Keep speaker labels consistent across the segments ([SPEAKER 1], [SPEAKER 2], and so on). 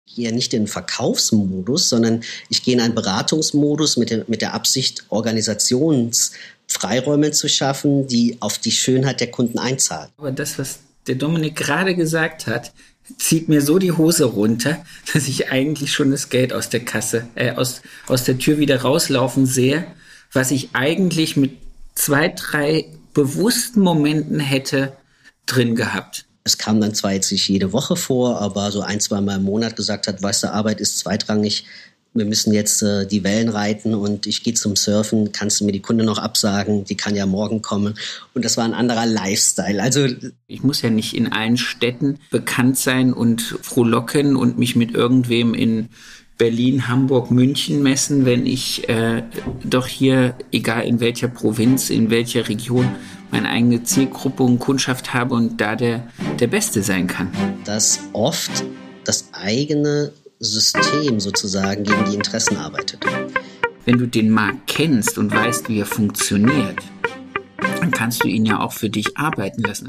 [SPEAKER 1] Ich gehe nicht in den Verkaufsmodus, sondern ich gehe in einen Beratungsmodus mit der Absicht, Organisationsfreiräume zu schaffen, die auf die Schönheit der Kunden einzahlen.
[SPEAKER 2] Aber das, was der Dominik gerade gesagt hat, zieht mir so die Hose runter, dass ich eigentlich schon das Geld aus der Kasse, aus der Tür wieder rauslaufen sehe, was ich eigentlich mit 2, 3 bewussten Momenten hätte drin gehabt.
[SPEAKER 1] Es kam dann zwar jetzt nicht jede Woche vor, aber so 1, 2 Mal im Monat gesagt hat, weißt du, Arbeit ist zweitrangig, wir müssen jetzt die Wellen reiten und ich gehe zum Surfen, kannst du mir die Kunde noch absagen, die kann ja morgen kommen. Und das war ein anderer Lifestyle. Also
[SPEAKER 2] ich muss ja nicht in allen Städten bekannt sein und frohlocken und mich mit irgendwem in Berlin, Hamburg, München messen, wenn ich doch hier, egal in welcher Provinz, in welcher Region, meine eigene Zielgruppe und Kundschaft habe und da der Beste sein kann.
[SPEAKER 1] Dass oft das eigene System sozusagen gegen die Interessen arbeitet.
[SPEAKER 2] Wenn du den Markt kennst und weißt, wie er funktioniert, dann kannst du ihn ja auch für dich arbeiten lassen.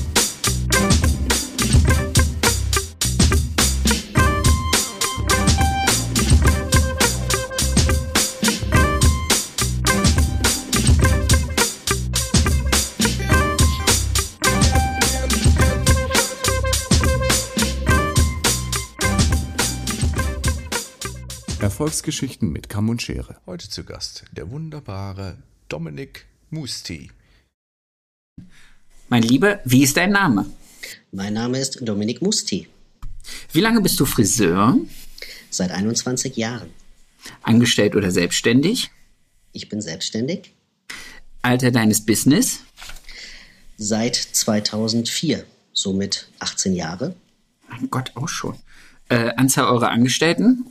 [SPEAKER 3] Erfolgsgeschichten mit Kamm und Schere. Heute zu Gast der wunderbare Dominik Musti.
[SPEAKER 2] Mein Lieber, wie ist dein Name?
[SPEAKER 1] Mein Name ist Dominik Musti.
[SPEAKER 2] Wie lange bist du Friseur?
[SPEAKER 1] Seit 21 Jahren.
[SPEAKER 2] Angestellt oder selbstständig?
[SPEAKER 1] Ich bin selbstständig.
[SPEAKER 2] Alter deines Business?
[SPEAKER 1] Seit 2004, somit 18 Jahre.
[SPEAKER 2] Mein Gott, auch schon. Anzahl eurer Angestellten?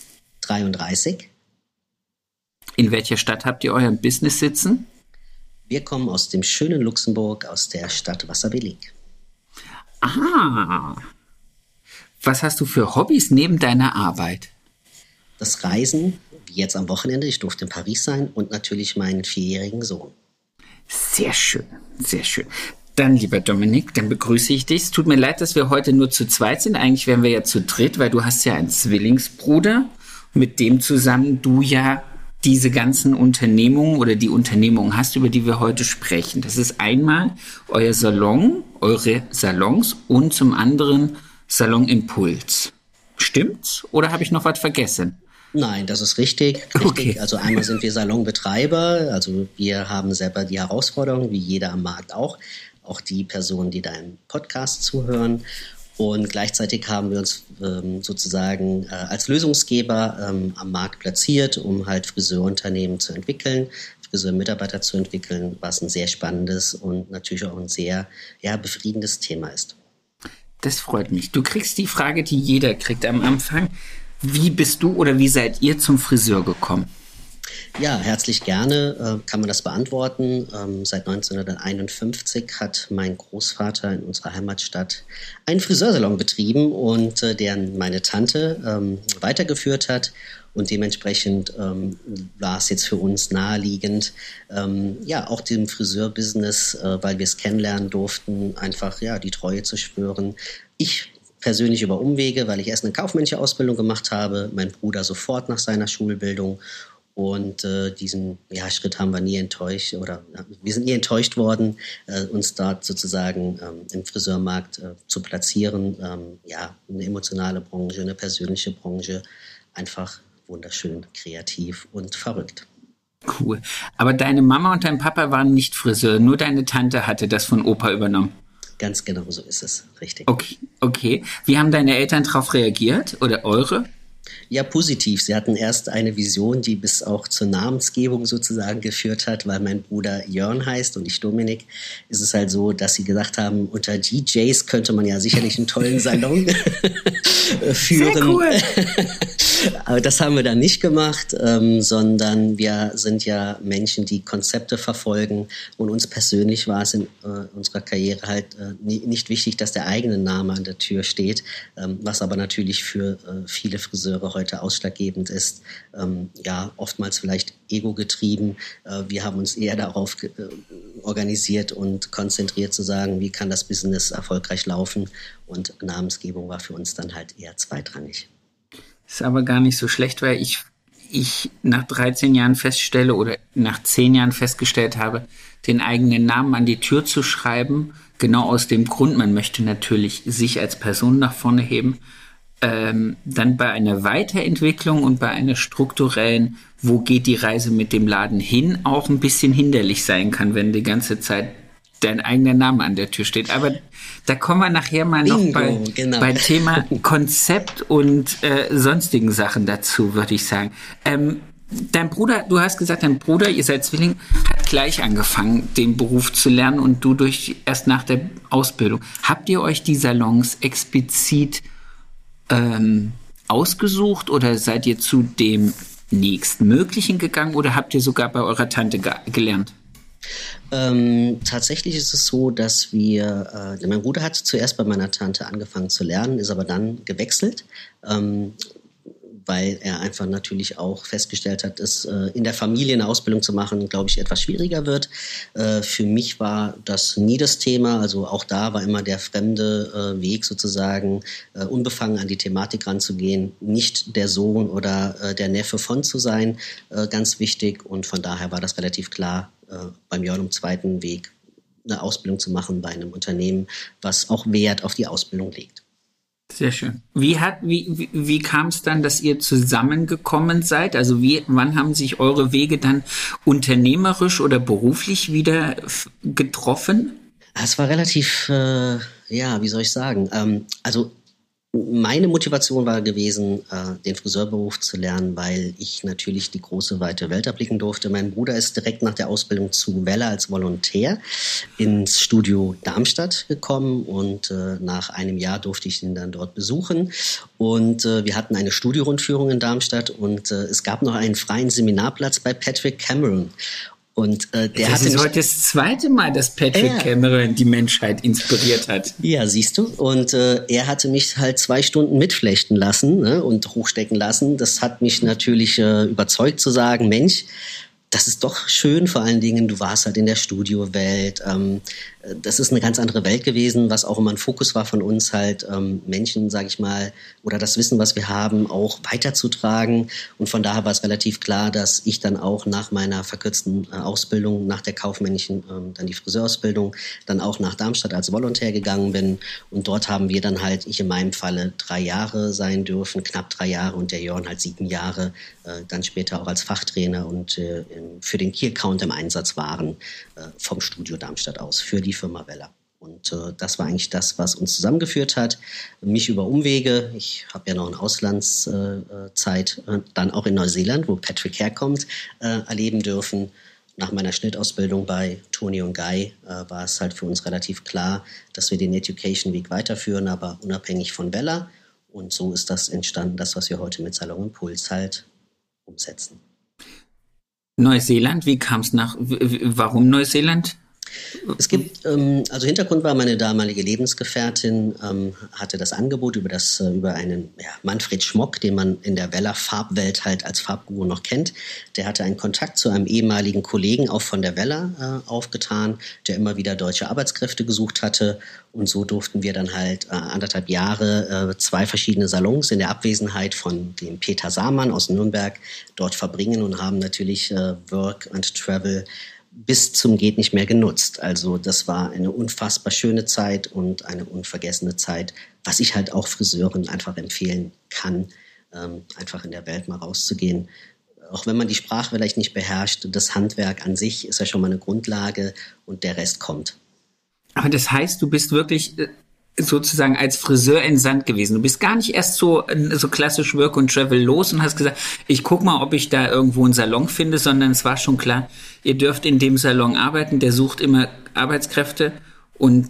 [SPEAKER 1] 33.
[SPEAKER 2] In welcher Stadt habt ihr euer Business sitzen?
[SPEAKER 1] Wir kommen aus dem schönen Luxemburg, aus der Stadt Wasserbillig.
[SPEAKER 2] Ah. Was hast du für Hobbys neben deiner Arbeit?
[SPEAKER 1] Das Reisen, wie jetzt am Wochenende, ich durfte in Paris sein und natürlich meinen 4-jährigen Sohn.
[SPEAKER 2] Sehr schön, sehr schön. Dann, lieber Dominik, dann begrüße ich dich. Es tut mir leid, dass wir heute nur zu zweit sind. Eigentlich wären wir ja zu dritt, weil du hast ja einen Zwillingsbruder, mit dem zusammen du ja diese ganzen Unternehmungen oder die Unternehmungen hast, über die wir heute sprechen. Das ist einmal euer Salon, eure Salons und zum anderen Salon Impuls. Stimmt's? Oder habe ich noch was vergessen?
[SPEAKER 1] Nein, das ist richtig.
[SPEAKER 2] Okay.
[SPEAKER 1] Also einmal sind wir Salonbetreiber, also wir haben selber die Herausforderung, wie jeder am Markt auch die Personen, die deinen Podcast zuhören. Und gleichzeitig haben wir uns sozusagen als Lösungsgeber am Markt platziert, um halt Friseurunternehmen zu entwickeln, Friseurmitarbeiter zu entwickeln, was ein sehr spannendes und natürlich auch ein sehr befriedigendes Thema ist.
[SPEAKER 2] Das freut mich. Du kriegst die Frage, die jeder kriegt am Anfang. Wie bist du oder wie seid ihr zum Friseur gekommen?
[SPEAKER 1] Ja, herzlich gerne kann man das beantworten. Seit 1951 hat mein Großvater in unserer Heimatstadt einen Friseursalon betrieben und der meine Tante weitergeführt hat. Und dementsprechend war es jetzt für uns naheliegend, auch dem Friseurbusiness, weil wir es kennenlernen durften, einfach die Treue zu schwören. Ich persönlich über Umwege, weil ich erst eine kaufmännische Ausbildung gemacht habe, mein Bruder sofort nach seiner Schulbildung. Und diesen Schritt haben wir nie enttäuscht oder wir sind nie enttäuscht worden, uns dort sozusagen im Friseurmarkt zu platzieren. Eine emotionale Branche, eine persönliche Branche, einfach wunderschön, kreativ und verrückt.
[SPEAKER 2] Cool. Aber deine Mama und dein Papa waren nicht Friseur, nur deine Tante hatte das von Opa übernommen.
[SPEAKER 1] Ganz genau so ist es, richtig.
[SPEAKER 2] Okay. Wie haben deine Eltern darauf reagiert oder eure?
[SPEAKER 1] Ja, positiv. Sie hatten erst eine Vision, die bis auch zur Namensgebung sozusagen geführt hat, weil mein Bruder Jörn heißt und ich Dominik. Ist es halt so, dass sie gesagt haben, unter DJs könnte man ja sicherlich einen tollen Salon führen.
[SPEAKER 2] Sehr cool.
[SPEAKER 1] Aber das haben wir dann nicht gemacht, sondern wir sind ja Menschen, die Konzepte verfolgen. Und uns persönlich war es in unserer Karriere halt nicht wichtig, dass der eigene Name an der Tür steht, was aber natürlich für viele Friseure heute ausschlaggebend ist. Oftmals vielleicht ego-getrieben. Wir haben uns eher darauf organisiert und konzentriert zu sagen, wie kann das Business erfolgreich laufen. Und Namensgebung war für uns dann halt eher zweitrangig.
[SPEAKER 2] Ist aber gar nicht so schlecht, weil ich nach 13 Jahren feststelle oder nach 10 Jahren festgestellt habe, den eigenen Namen an die Tür zu schreiben, genau aus dem Grund, man möchte natürlich sich als Person nach vorne heben, dann bei einer Weiterentwicklung und bei einer strukturellen, wo geht die Reise mit dem Laden hin, auch ein bisschen hinderlich sein kann, wenn die ganze Zeit dein eigener Name an der Tür steht. Aber da kommen wir nachher mal noch bei Thema Konzept und sonstigen Sachen dazu, würde ich sagen. Dein Bruder, du hast gesagt, dein Bruder, ihr seid Zwilling, hat gleich angefangen, den Beruf zu lernen und du erst nach der Ausbildung. Habt ihr euch die Salons explizit ausgesucht oder seid ihr zu dem nächstmöglichen gegangen oder habt ihr sogar bei eurer Tante gelernt?
[SPEAKER 1] Tatsächlich ist es so, dass mein Bruder hat zuerst bei meiner Tante angefangen zu lernen, ist aber dann gewechselt, weil er einfach natürlich auch festgestellt hat, dass in der Familie eine Ausbildung zu machen, glaube ich, etwas schwieriger wird. Für mich war das nie das Thema, also auch da war immer der fremde Weg sozusagen, unbefangen an die Thematik ranzugehen, nicht der Sohn oder der Neffe von zu sein, ganz wichtig, und von daher war das relativ klar, beim Jörn im zweiten Weg eine Ausbildung zu machen bei einem Unternehmen, was auch Wert auf die Ausbildung legt.
[SPEAKER 2] Sehr schön. Wie kam es dann, dass ihr zusammengekommen seid? Also wann haben sich eure Wege dann unternehmerisch oder beruflich wieder getroffen?
[SPEAKER 1] Es war relativ, wie soll ich sagen, also meine Motivation war gewesen, den Friseurberuf zu lernen, weil ich natürlich die große, weite Welt erblicken durfte. Mein Bruder ist direkt nach der Ausbildung zu Wella als Volontär ins Studio Darmstadt gekommen und nach einem Jahr durfte ich ihn dann dort besuchen. Und wir hatten eine Studiorundführung in Darmstadt und es gab noch einen freien Seminarplatz bei Patrick Cameron. Und
[SPEAKER 2] das ist heute das zweite Mal, dass Patrick Cameron die Menschheit inspiriert hat.
[SPEAKER 1] Ja, siehst du. Und er hatte mich halt 2 Stunden mitflechten lassen, ne, und hochstecken lassen. Das hat mich natürlich überzeugt zu sagen, Mensch, das ist doch schön, vor allen Dingen, du warst halt in der Studiowelt. Das ist eine ganz andere Welt gewesen, was auch immer ein Fokus war von uns, halt Menschen, sage ich mal, oder das Wissen, was wir haben, auch weiterzutragen. Und von daher war es relativ klar, dass ich dann auch nach meiner verkürzten Ausbildung, nach der kaufmännischen, dann die Friseurausbildung, dann auch nach Darmstadt als Volontär gegangen bin. Und dort haben wir dann halt, ich in meinem Falle 3 Jahre sein dürfen, knapp 3 Jahre, und der Jörn halt 7 Jahre, dann später auch als Fachtrainer und für den Key Account im Einsatz waren, vom Studio Darmstadt aus, für die Firma Wella. Und das war eigentlich das, was uns zusammengeführt hat. Mich über Umwege, ich habe ja noch eine Auslandszeit, dann auch in Neuseeland, wo Patrick herkommt, erleben dürfen. Nach meiner Schnittausbildung bei Toni und Guy war es halt für uns relativ klar, dass wir den Education-Weg weiterführen, aber unabhängig von Wella. Und so ist das entstanden, das, was wir heute mit Salon Impuls halt umsetzen.
[SPEAKER 2] Neuseeland, wie kam es warum Neuseeland?
[SPEAKER 1] Es gibt, also Hintergrund war, meine damalige Lebensgefährtin hatte das Angebot über einen Manfred Schmock, den man in der Wella Farbwelt halt als Farbguru noch kennt. Der hatte einen Kontakt zu einem ehemaligen Kollegen, auch von der Wella, aufgetan, der immer wieder deutsche Arbeitskräfte gesucht hatte. Und so durften wir dann halt 1,5 Jahre 2 verschiedene Salons in der Abwesenheit von dem Peter Samann aus Nürnberg dort verbringen und haben natürlich Work and Travel bis zum geht nicht mehr genutzt. Also das war eine unfassbar schöne Zeit und eine unvergessene Zeit, was ich halt auch Friseuren einfach empfehlen kann, einfach in der Welt mal rauszugehen. Auch wenn man die Sprache vielleicht nicht beherrscht, das Handwerk an sich ist ja schon mal eine Grundlage und der Rest kommt.
[SPEAKER 2] Aber das heißt, du bist wirklich sozusagen als Friseur entsandt gewesen. Du bist gar nicht erst so klassisch Work and Travel los und hast gesagt, ich guck mal, ob ich da irgendwo einen Salon finde, sondern es war schon klar, ihr dürft in dem Salon arbeiten, der sucht immer Arbeitskräfte und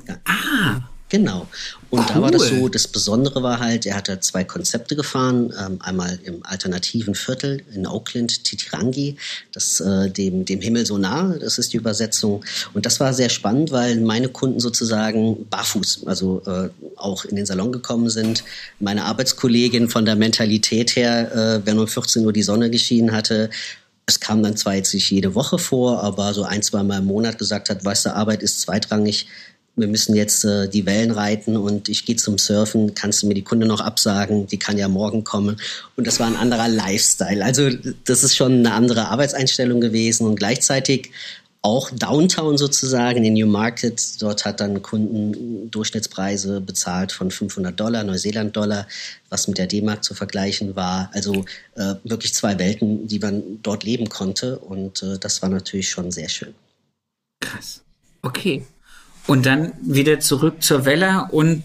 [SPEAKER 1] Genau. Und
[SPEAKER 2] cool.
[SPEAKER 1] Da war das so, das Besondere war halt, er hatte 2 Konzepte gefahren, einmal im alternativen Viertel in Auckland, Titirangi, das dem Himmel so nah, das ist die Übersetzung. Und das war sehr spannend, weil meine Kunden sozusagen barfuß, also auch in den Salon gekommen sind. Meine Arbeitskollegin von der Mentalität her, wenn um 14 Uhr die Sonne geschienen hatte, es kam dann zwar jetzt nicht jede Woche vor, aber so 1-2 Mal im Monat gesagt hat, weißt du, Arbeit ist zweitrangig. wir müssen jetzt die Wellen reiten und ich gehe zum Surfen, kannst du mir die Kunde noch absagen, die kann ja morgen kommen. Und das war ein anderer Lifestyle. Also das ist schon eine andere Arbeitseinstellung gewesen und gleichzeitig auch Downtown sozusagen in Newmarket. Dort hat dann Kunden Durchschnittspreise bezahlt von $500, Neuseeland-Dollar, was mit der D-Mark zu vergleichen war. Also wirklich zwei Welten, die man dort leben konnte. Und das war natürlich schon sehr schön.
[SPEAKER 2] Krass. Okay. Und dann wieder zurück zur Vella und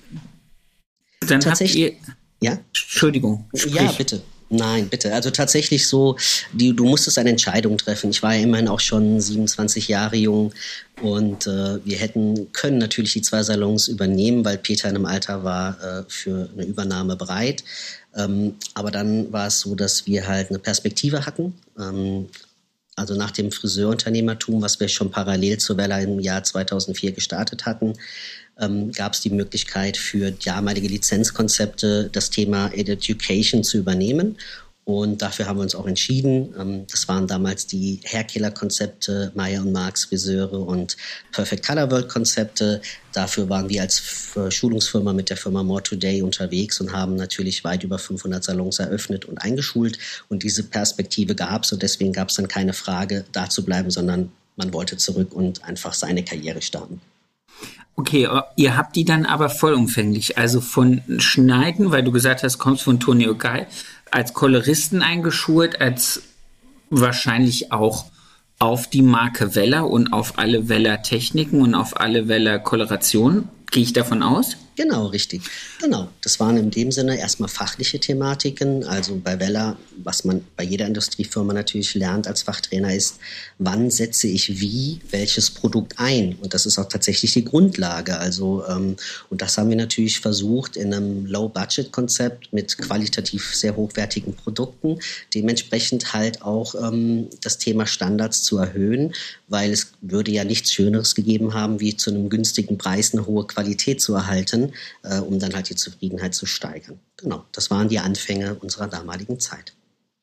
[SPEAKER 2] dann habt ihr...
[SPEAKER 1] Ja?
[SPEAKER 2] Entschuldigung.
[SPEAKER 1] Sprich. Ja, bitte. Nein, bitte. Also tatsächlich so, du musstest eine Entscheidung treffen. Ich war ja immerhin auch schon 27 Jahre jung und wir hätten können natürlich die zwei Salons übernehmen, weil Peter in einem Alter war für eine Übernahme bereit. Aber dann war es so, dass wir halt eine Perspektive hatten. Also nach dem Friseurunternehmertum, was wir schon parallel zur Vella im Jahr 2004 gestartet hatten, gab es die Möglichkeit für damalige Lizenzkonzepte das Thema Education zu übernehmen. Und dafür haben wir uns auch entschieden. Das waren damals die Hairkiller-Konzepte, Meier und Marx Friseure und Perfect Color World-Konzepte. Dafür waren wir als Schulungsfirma mit der Firma More Today unterwegs und haben natürlich weit über 500 Salons eröffnet und eingeschult. Und diese Perspektive gab es und deswegen gab es dann keine Frage, da zu bleiben, sondern man wollte zurück und einfach seine Karriere starten.
[SPEAKER 2] Okay, ihr habt die dann aber vollumfänglich, also von Schneiden, weil du gesagt hast, kommst von Tony O'Gall, als Koloristen eingeschult, als wahrscheinlich auch auf die Marke Vella und auf alle Vella-Techniken und auf alle Vella-Kolorationen. Gehe ich davon aus?
[SPEAKER 1] Genau, richtig. Genau. Das waren in dem Sinne erstmal fachliche Thematiken. Also bei Vella, was man bei jeder Industriefirma natürlich lernt als Fachtrainer ist, wann setze ich wie welches Produkt ein? Und das ist auch tatsächlich die Grundlage. Also, und das haben wir natürlich versucht in einem Low-Budget-Konzept mit qualitativ sehr hochwertigen Produkten, dementsprechend halt auch das Thema Standards zu erhöhen, weil es würde ja nichts Schöneres gegeben haben, wie zu einem günstigen Preis eine hohe Qualität zu erhalten, um dann halt die Zufriedenheit zu steigern. Genau, das waren die Anfänge unserer damaligen Zeit.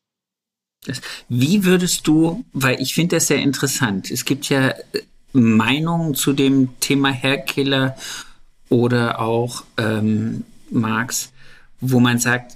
[SPEAKER 2] Wie würdest du, weil ich finde das sehr interessant, es gibt ja Meinungen zu dem Thema Hairkiller oder auch Marx, wo man sagt,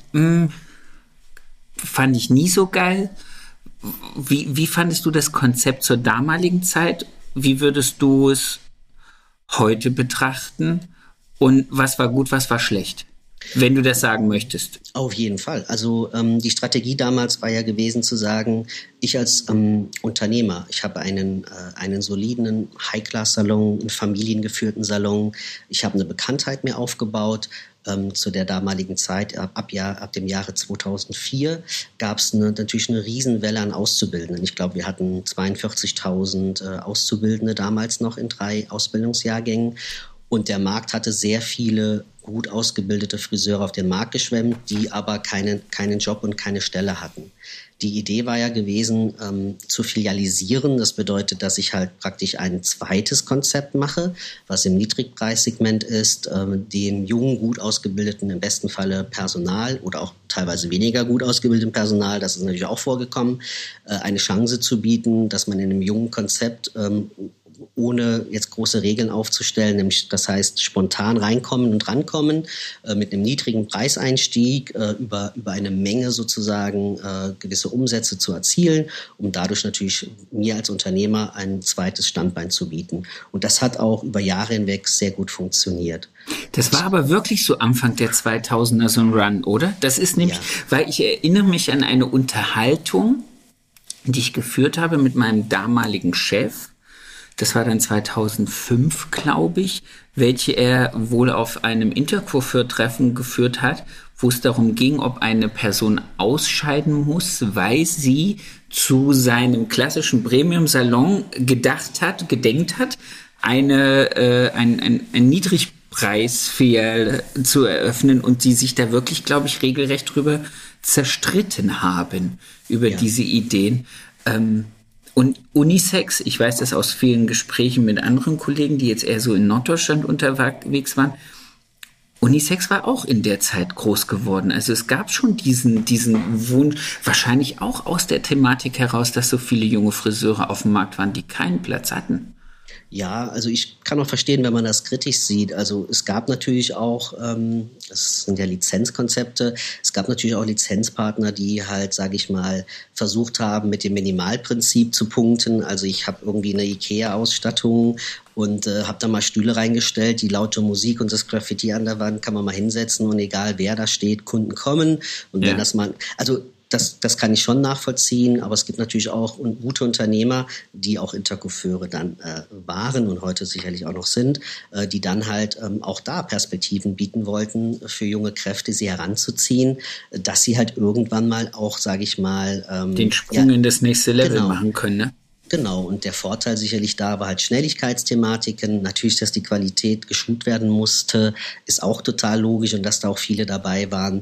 [SPEAKER 2] fand ich nie so geil. Wie fandest du das Konzept zur damaligen Zeit? Wie würdest du es heute betrachten? Und was war gut, was war schlecht? Wenn du das sagen möchtest.
[SPEAKER 1] Auf jeden Fall. Also die Strategie damals war ja gewesen zu sagen, ich als Unternehmer, ich habe einen soliden High-Class-Salon, einen familiengeführten Salon, ich habe eine Bekanntheit mir aufgebaut. Zu der damaligen Zeit, ab dem Jahre 2004, gab es natürlich eine Riesenwelle an Auszubildenden. Ich glaube, wir hatten 42.000 Auszubildende damals noch in 3 Ausbildungsjahrgängen. Und der Markt hatte sehr viele gut ausgebildete Friseure auf den Markt geschwemmt, die aber keinen Job und keine Stelle hatten. Die Idee war ja gewesen, zu filialisieren. Das bedeutet, dass ich halt praktisch ein zweites Konzept mache, was im Niedrigpreissegment ist, dem jungen, gut ausgebildeten, im besten Falle Personal oder auch teilweise weniger gut ausgebildetem Personal, das ist natürlich auch vorgekommen, eine Chance zu bieten, dass man in einem jungen Konzept ohne jetzt große Regeln aufzustellen, nämlich das heißt spontan reinkommen und rankommen, mit einem niedrigen Preiseinstieg, über eine Menge sozusagen gewisse Umsätze zu erzielen, um dadurch natürlich mir als Unternehmer ein zweites Standbein zu bieten. Und das hat auch über Jahre hinweg sehr gut funktioniert.
[SPEAKER 2] Das war aber wirklich so Anfang der 2000er so ein Run, oder? Das ist nämlich, weil ich erinnere mich an eine Unterhaltung, die ich geführt habe mit meinem damaligen Chef. Das war dann 2005, glaube ich, welche er wohl auf einem Intercoiffeur-Treffen geführt hat, wo es darum ging, ob eine Person ausscheiden muss, weil sie zu seinem klassischen Premium-Salon gedenkt hat, ein Niedrigpreisfilial zu eröffnen und die sich da wirklich, glaube ich, regelrecht drüber zerstritten haben, über diese Ideen. Und Unisex, ich weiß das aus vielen Gesprächen mit anderen Kollegen, die jetzt eher so in Norddeutschland unterwegs waren, Unisex war auch in der Zeit groß geworden. Also es gab schon diesen Wunsch, wahrscheinlich auch aus der Thematik heraus, dass so viele junge Friseure auf dem Markt waren, die keinen Platz hatten.
[SPEAKER 1] Ja, also ich kann auch verstehen, wenn man das kritisch sieht. Also es gab natürlich auch, das sind ja Lizenzkonzepte, es gab natürlich auch Lizenzpartner, die halt, sage ich mal, versucht haben, mit dem Minimalprinzip zu punkten. Also ich habe irgendwie eine IKEA-Ausstattung und habe da mal Stühle reingestellt, die laute Musik und das Graffiti an der Wand kann man mal hinsetzen und egal wer da steht, Kunden kommen. Und wenn das mal, also das kann ich schon nachvollziehen, aber es gibt natürlich auch gute Unternehmer, die auch Intercoiffeure dann waren und heute sicherlich auch noch sind, die dann halt auch da Perspektiven bieten wollten, für junge Kräfte sie heranzuziehen, dass sie halt irgendwann mal auch, sage ich mal,
[SPEAKER 2] den Sprung in das nächste Level machen können, ne?
[SPEAKER 1] Genau, und der Vorteil sicherlich da war halt Schnelligkeitsthematiken. Natürlich, dass die Qualität geschult werden musste, ist auch total logisch und dass da auch viele dabei waren,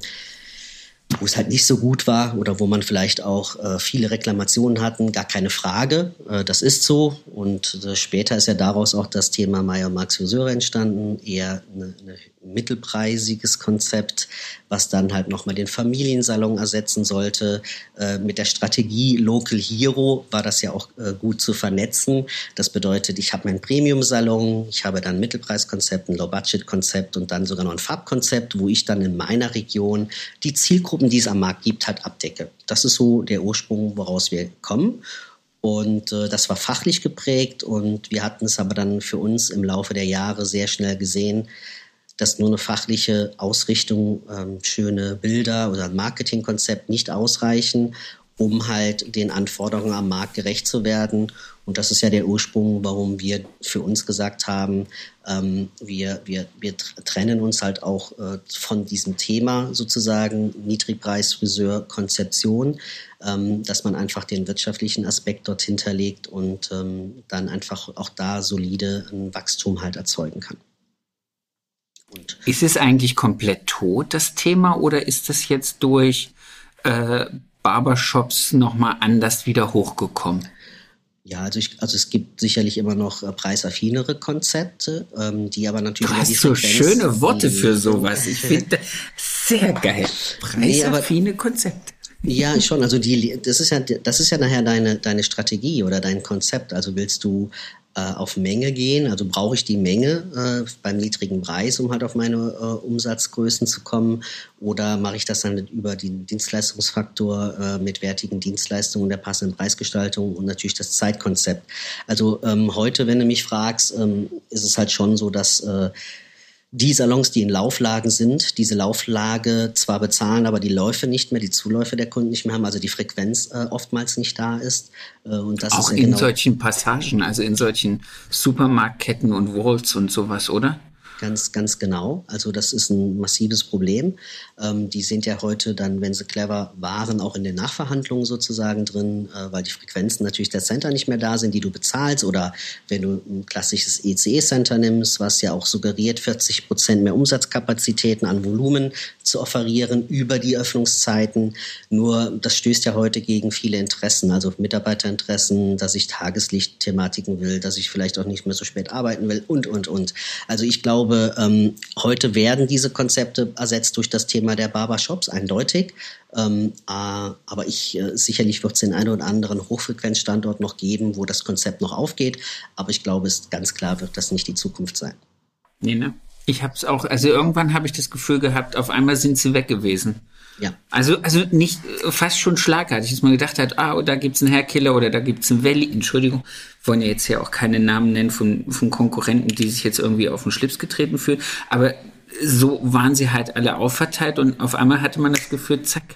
[SPEAKER 1] wo es halt nicht so gut war oder wo man vielleicht auch viele Reklamationen hatten, gar keine Frage. Das ist so. Und später ist ja daraus auch das Thema Meyer Marx Friseure entstanden. Eher ein mittelpreisiges Konzept, was dann halt nochmal den Familiensalon ersetzen sollte. Mit der Strategie Local Hero war das ja auch gut zu vernetzen. Das bedeutet, ich habe meinen Premium-Salon, ich habe dann ein Mittelpreiskonzept, ein Low-Budget-Konzept und dann sogar noch ein Farbkonzept, wo ich dann in meiner Region die Zielgruppen, die es am Markt gibt, halt abdecke. Das ist so der Ursprung, woraus wir kommen. Und das war fachlich geprägt und wir hatten es aber dann für uns im Laufe der Jahre sehr schnell gesehen, dass nur eine fachliche Ausrichtung, schöne Bilder oder ein Marketingkonzept nicht ausreichen, um halt den Anforderungen am Markt gerecht zu werden. Und das ist ja der Ursprung, warum wir für uns gesagt haben, wir trennen uns halt auch von diesem Thema sozusagen Niedrigpreis-Friseur Konzeption, dass man einfach den wirtschaftlichen Aspekt dort hinterlegt und dann einfach auch da solide ein Wachstum halt erzeugen kann.
[SPEAKER 2] Und ist es eigentlich komplett tot, das Thema, oder ist das jetzt durch Barbershops nochmal anders wieder hochgekommen?
[SPEAKER 1] Ja, also es gibt sicherlich immer noch preisaffinere Konzepte, die aber natürlich...
[SPEAKER 2] Du hast so schöne Worte für sowas. Ich finde das sehr geil. Preisaffine Konzepte.
[SPEAKER 1] Ja, schon. Also das ist ja nachher deine Strategie oder dein Konzept. Also willst du auf Menge gehen, also brauche ich die Menge beim niedrigen Preis, um halt auf meine Umsatzgrößen zu kommen, oder mache ich das dann über den Dienstleistungsfaktor mit wertigen Dienstleistungen und der passenden Preisgestaltung und natürlich das Zeitkonzept. Also heute, wenn du mich fragst, ist es halt schon so, dass die Salons, die in Lauflagen sind, diese Lauflage zwar bezahlen, aber die Läufe nicht mehr, die Zuläufe der Kunden nicht mehr haben, also die Frequenz oftmals nicht da ist. Und das
[SPEAKER 2] auch
[SPEAKER 1] ist ja
[SPEAKER 2] in solchen Passagen, also in solchen Supermarktketten und Walls und sowas, oder?
[SPEAKER 1] Ganz, ganz genau. Also das ist ein massives Problem. Die sind ja heute dann, wenn sie clever waren, auch in den Nachverhandlungen sozusagen drin, weil die Frequenzen natürlich der Center nicht mehr da sind, die du bezahlst. Oder wenn du ein klassisches ECE-Center nimmst, was ja auch suggeriert, 40% mehr Umsatzkapazitäten an Volumen zu offerieren über die Öffnungszeiten. Nur das stößt ja heute gegen viele Interessen, also Mitarbeiterinteressen, dass ich Tageslichtthematiken will, dass ich vielleicht auch nicht mehr so spät arbeiten will und. Also ich glaube, heute werden diese Konzepte ersetzt durch das Thema der Barbershops, eindeutig. Aber sicherlich wird es den einen oder anderen Hochfrequenzstandort noch geben, wo das Konzept noch aufgeht. Aber ich glaube, es ganz klar wird das nicht die Zukunft sein.
[SPEAKER 2] Nee, ne? Ich habe es auch, also irgendwann habe ich das Gefühl gehabt, auf einmal sind sie weg gewesen.
[SPEAKER 1] Ja.
[SPEAKER 2] Also nicht, fast schon schlagartig, dass man gedacht hat, da gibt's einen Hairkiller oder da gibt's einen Valley, Entschuldigung, wollen ja jetzt ja auch keine Namen nennen von Konkurrenten, die sich jetzt irgendwie auf den Schlips getreten fühlen, aber so waren sie halt alle aufverteilt und auf einmal hatte man das Gefühl, zack,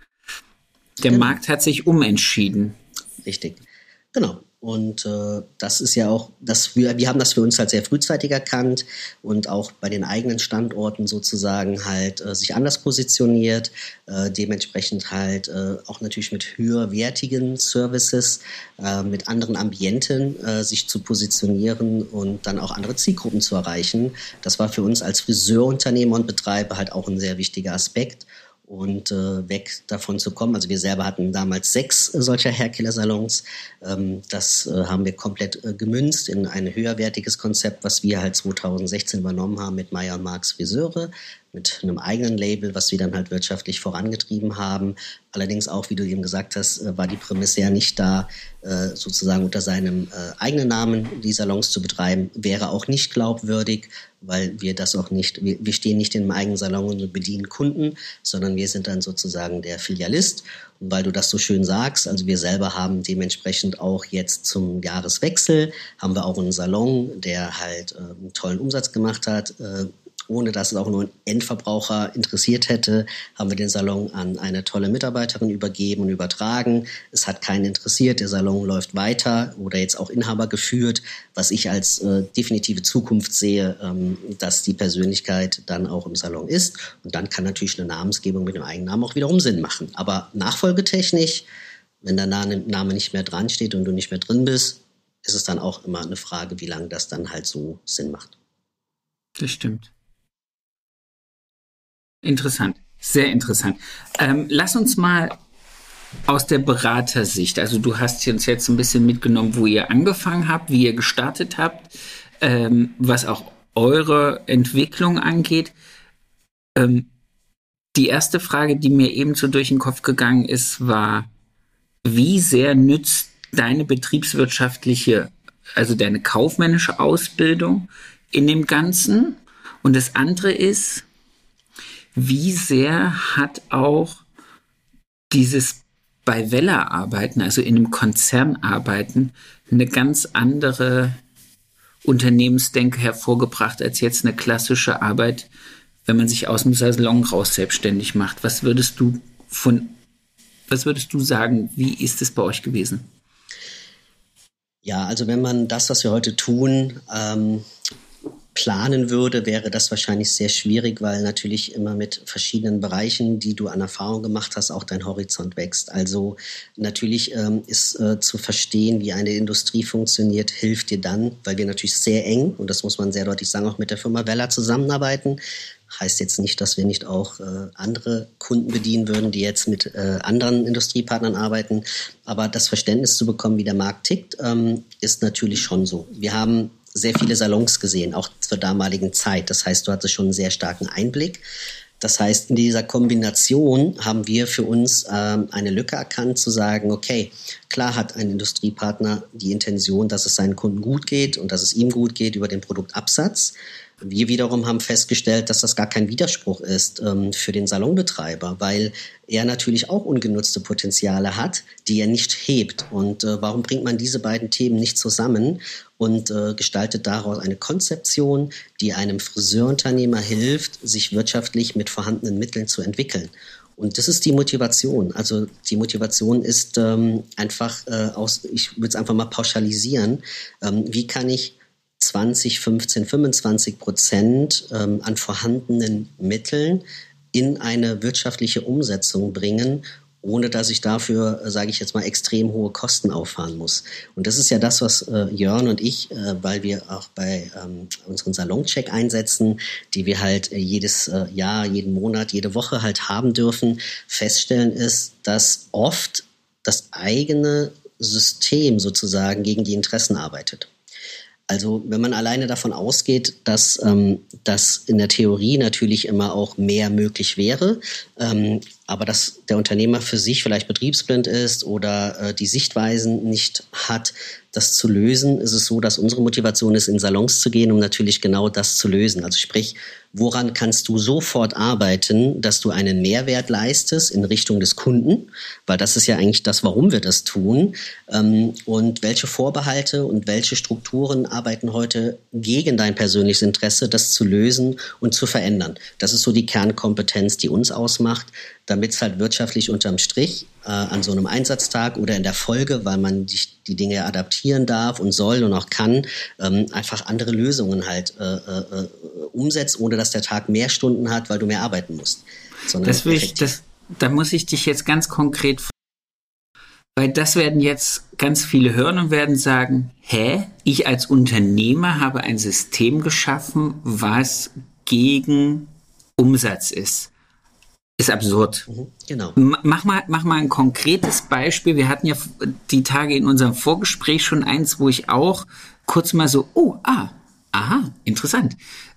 [SPEAKER 2] der Markt hat sich umentschieden.
[SPEAKER 1] Richtig, genau. Und das ist ja auch, wir haben das für uns halt sehr frühzeitig erkannt und auch bei den eigenen Standorten sozusagen halt sich anders positioniert, dementsprechend halt auch natürlich mit höherwertigen Services, mit anderen Ambienten sich zu positionieren und dann auch andere Zielgruppen zu erreichen. Das war für uns als Friseurunternehmer und Betreiber halt auch ein sehr wichtiger Aspekt. und weg davon zu kommen. Also wir selber hatten damals 6 solcher Hairkiller-Salons. Das haben wir komplett gemünzt in ein höherwertiges Konzept, was wir halt 2016 übernommen haben mit Meyer und Marx Friseure, mit einem eigenen Label, was wir dann halt wirtschaftlich vorangetrieben haben. Allerdings auch, wie du eben gesagt hast, war die Prämisse ja nicht da, sozusagen unter seinem eigenen Namen die Salons zu betreiben, wäre auch nicht glaubwürdig, weil wir das auch nicht, wir stehen nicht in einem eigenen Salon und bedienen Kunden, sondern wir sind dann sozusagen der Filialist. Und weil du das so schön sagst, also wir selber haben dementsprechend auch jetzt zum Jahreswechsel, haben wir auch einen Salon, der halt einen tollen Umsatz gemacht hat, ohne dass es auch nur ein Endverbraucher interessiert hätte, haben wir den Salon an eine tolle Mitarbeiterin übergeben und übertragen. Es hat keinen interessiert, der Salon läuft weiter oder jetzt auch Inhaber geführt, was ich als definitive Zukunft sehe, dass die Persönlichkeit dann auch im Salon ist. Und dann kann natürlich eine Namensgebung mit dem Eigennamen auch wiederum Sinn machen. Aber nachfolgetechnisch, wenn der Name nicht mehr dran steht und du nicht mehr drin bist, ist es dann auch immer eine Frage, wie lange das dann halt so Sinn macht.
[SPEAKER 2] Das stimmt. Interessant, sehr interessant. Lass uns mal aus der Beratersicht, also du hast uns jetzt ein bisschen mitgenommen, wo ihr angefangen habt, wie ihr gestartet habt, was auch eure Entwicklung angeht. Die erste Frage, die mir ebenso durch den Kopf gegangen ist, war, wie sehr nützt deine betriebswirtschaftliche, also deine kaufmännische Ausbildung in dem Ganzen? Und das andere ist, wie sehr hat auch dieses bei Weller arbeiten, also in einem Konzern arbeiten, eine ganz andere Unternehmensdenke hervorgebracht als jetzt eine klassische Arbeit, wenn man sich aus dem Salon raus selbstständig macht? Was würdest du sagen, wie ist es bei euch gewesen?
[SPEAKER 1] Ja, also wenn man das, was wir heute tun, planen würde, wäre das wahrscheinlich sehr schwierig, weil natürlich immer mit verschiedenen Bereichen, die du an Erfahrung gemacht hast, auch dein Horizont wächst. Also natürlich ist zu verstehen, wie eine Industrie funktioniert, hilft dir dann, weil wir natürlich sehr eng, und das muss man sehr deutlich sagen, auch mit der Firma Weller zusammenarbeiten. Heißt jetzt nicht, dass wir nicht auch andere Kunden bedienen würden, die jetzt mit anderen Industriepartnern arbeiten. Aber das Verständnis zu bekommen, wie der Markt tickt, ist natürlich schon so. Wir haben sehr viele Salons gesehen, auch zur damaligen Zeit. Das heißt, du hattest schon einen sehr starken Einblick. Das heißt, in dieser Kombination haben wir für uns eine Lücke erkannt, zu sagen, okay, klar hat ein Industriepartner die Intention, dass es seinen Kunden gut geht und dass es ihm gut geht über den Produktabsatz. Wir wiederum haben festgestellt, dass das gar kein Widerspruch ist für den Salonbetreiber, weil er natürlich auch ungenutzte Potenziale hat, die er nicht hebt. Und warum bringt man diese beiden Themen nicht zusammen und gestaltet daraus eine Konzeption, die einem Friseurunternehmer hilft, sich wirtschaftlich mit vorhandenen Mitteln zu entwickeln? Und das ist die Motivation. Also die Motivation ist einfach ich würde es einfach mal pauschalisieren, wie kann ich 20, 15, 25% an vorhandenen Mitteln in eine wirtschaftliche Umsetzung bringen, ohne dass ich dafür, sage ich jetzt mal, extrem hohe Kosten auffahren muss. Und das ist ja das, was Jörn und ich, weil wir auch bei unseren Saloncheck einsetzen, die wir halt jedes Jahr, jeden Monat, jede Woche halt haben dürfen, feststellen ist, dass oft das eigene System sozusagen gegen die Interessen arbeitet. Also wenn man alleine davon ausgeht, dass in der Theorie natürlich immer auch mehr möglich wäre, aber dass der Unternehmer für sich vielleicht betriebsblind ist oder die Sichtweisen nicht hat, das zu lösen, ist es so, dass unsere Motivation ist, in Salons zu gehen, um natürlich genau das zu lösen. Also sprich, woran kannst du sofort arbeiten, dass du einen Mehrwert leistest in Richtung des Kunden, weil das ist ja eigentlich das, warum wir das tun. Und welche Vorbehalte und welche Strukturen arbeiten heute gegen dein persönliches Interesse, das zu lösen und zu verändern. Das ist so die Kernkompetenz, die uns ausmacht, damit es halt wirtschaftlich unterm Strich an so einem Einsatztag oder in der Folge, weil man die Dinge adaptieren darf und soll und auch kann, einfach andere Lösungen halt umsetzt, ohne dass der Tag mehr Stunden hat, weil du mehr arbeiten musst.
[SPEAKER 2] Da muss ich dich jetzt ganz konkret fragen, weil das werden jetzt ganz viele hören und werden sagen, ich als Unternehmer habe ein System geschaffen, was gegen Umsatz ist. Ist absurd.
[SPEAKER 1] Genau.
[SPEAKER 2] Mach mal ein konkretes Beispiel. Wir hatten ja die Tage in unserem Vorgespräch schon eins, wo ich auch kurz mal so, aha, interessant.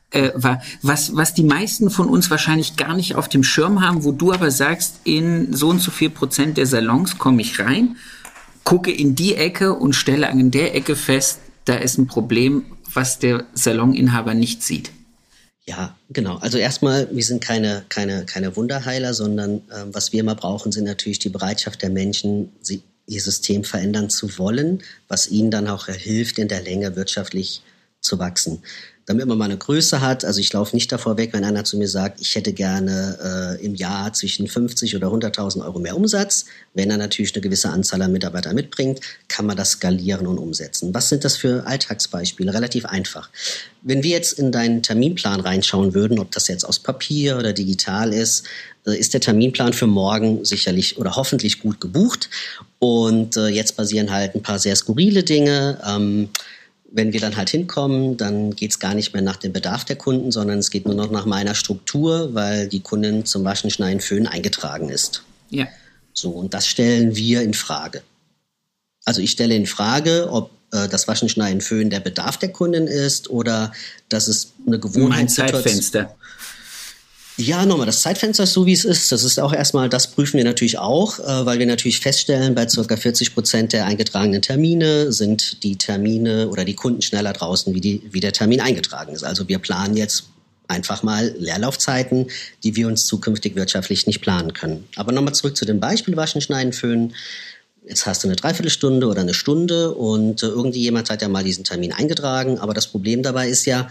[SPEAKER 2] Was die meisten von uns wahrscheinlich gar nicht auf dem Schirm haben, wo du aber sagst, in so und so viel Prozent der Salons komme ich rein, gucke in die Ecke und stelle an der Ecke fest, da ist ein Problem, was der Saloninhaber nicht sieht.
[SPEAKER 1] Ja, genau. Also erstmal, wir sind keine Wunderheiler, sondern was wir immer brauchen, sind natürlich die Bereitschaft der Menschen, ihr System verändern zu wollen, was ihnen dann auch hilft, in der Länge wirtschaftlich zu wachsen. Damit man mal eine Größe hat, also ich laufe nicht davor weg, wenn einer zu mir sagt, ich hätte gerne im Jahr zwischen 50 oder 100.000 Euro mehr Umsatz. Wenn er natürlich eine gewisse Anzahl an Mitarbeitern mitbringt, kann man das skalieren und umsetzen. Was sind das für Alltagsbeispiele? Relativ einfach. Wenn wir jetzt in deinen Terminplan reinschauen würden, ob das jetzt aus Papier oder digital ist der Terminplan für morgen sicherlich oder hoffentlich gut gebucht. Und jetzt passieren halt ein paar sehr skurrile Dinge. Wenn wir dann halt hinkommen, dann geht es gar nicht mehr nach dem Bedarf der Kunden, sondern es geht nur noch nach meiner Struktur, weil die Kundin zum Waschen, Schneiden, Föhnen eingetragen ist.
[SPEAKER 2] Ja.
[SPEAKER 1] So, und das stellen wir in Frage. Also ich stelle in Frage, ob das Waschen, Schneiden, Föhnen der Bedarf der Kundin ist oder dass es eine Gewohnheitssituation.
[SPEAKER 2] Mein Zeitfenster.
[SPEAKER 1] Ja, nochmal, das Zeitfenster ist so, wie es ist. Das ist auch erstmal, das prüfen wir natürlich auch, weil wir natürlich feststellen, bei ca. 40% der eingetragenen Termine sind die Termine oder die Kunden schneller draußen, wie der Termin eingetragen ist. Also wir planen jetzt einfach mal Leerlaufzeiten, die wir uns zukünftig wirtschaftlich nicht planen können. Aber nochmal zurück zu dem Beispiel Waschen, Schneiden, Föhnen. Jetzt hast du eine Dreiviertelstunde oder eine Stunde und irgendjemand hat ja mal diesen Termin eingetragen. Aber das Problem dabei ist ja,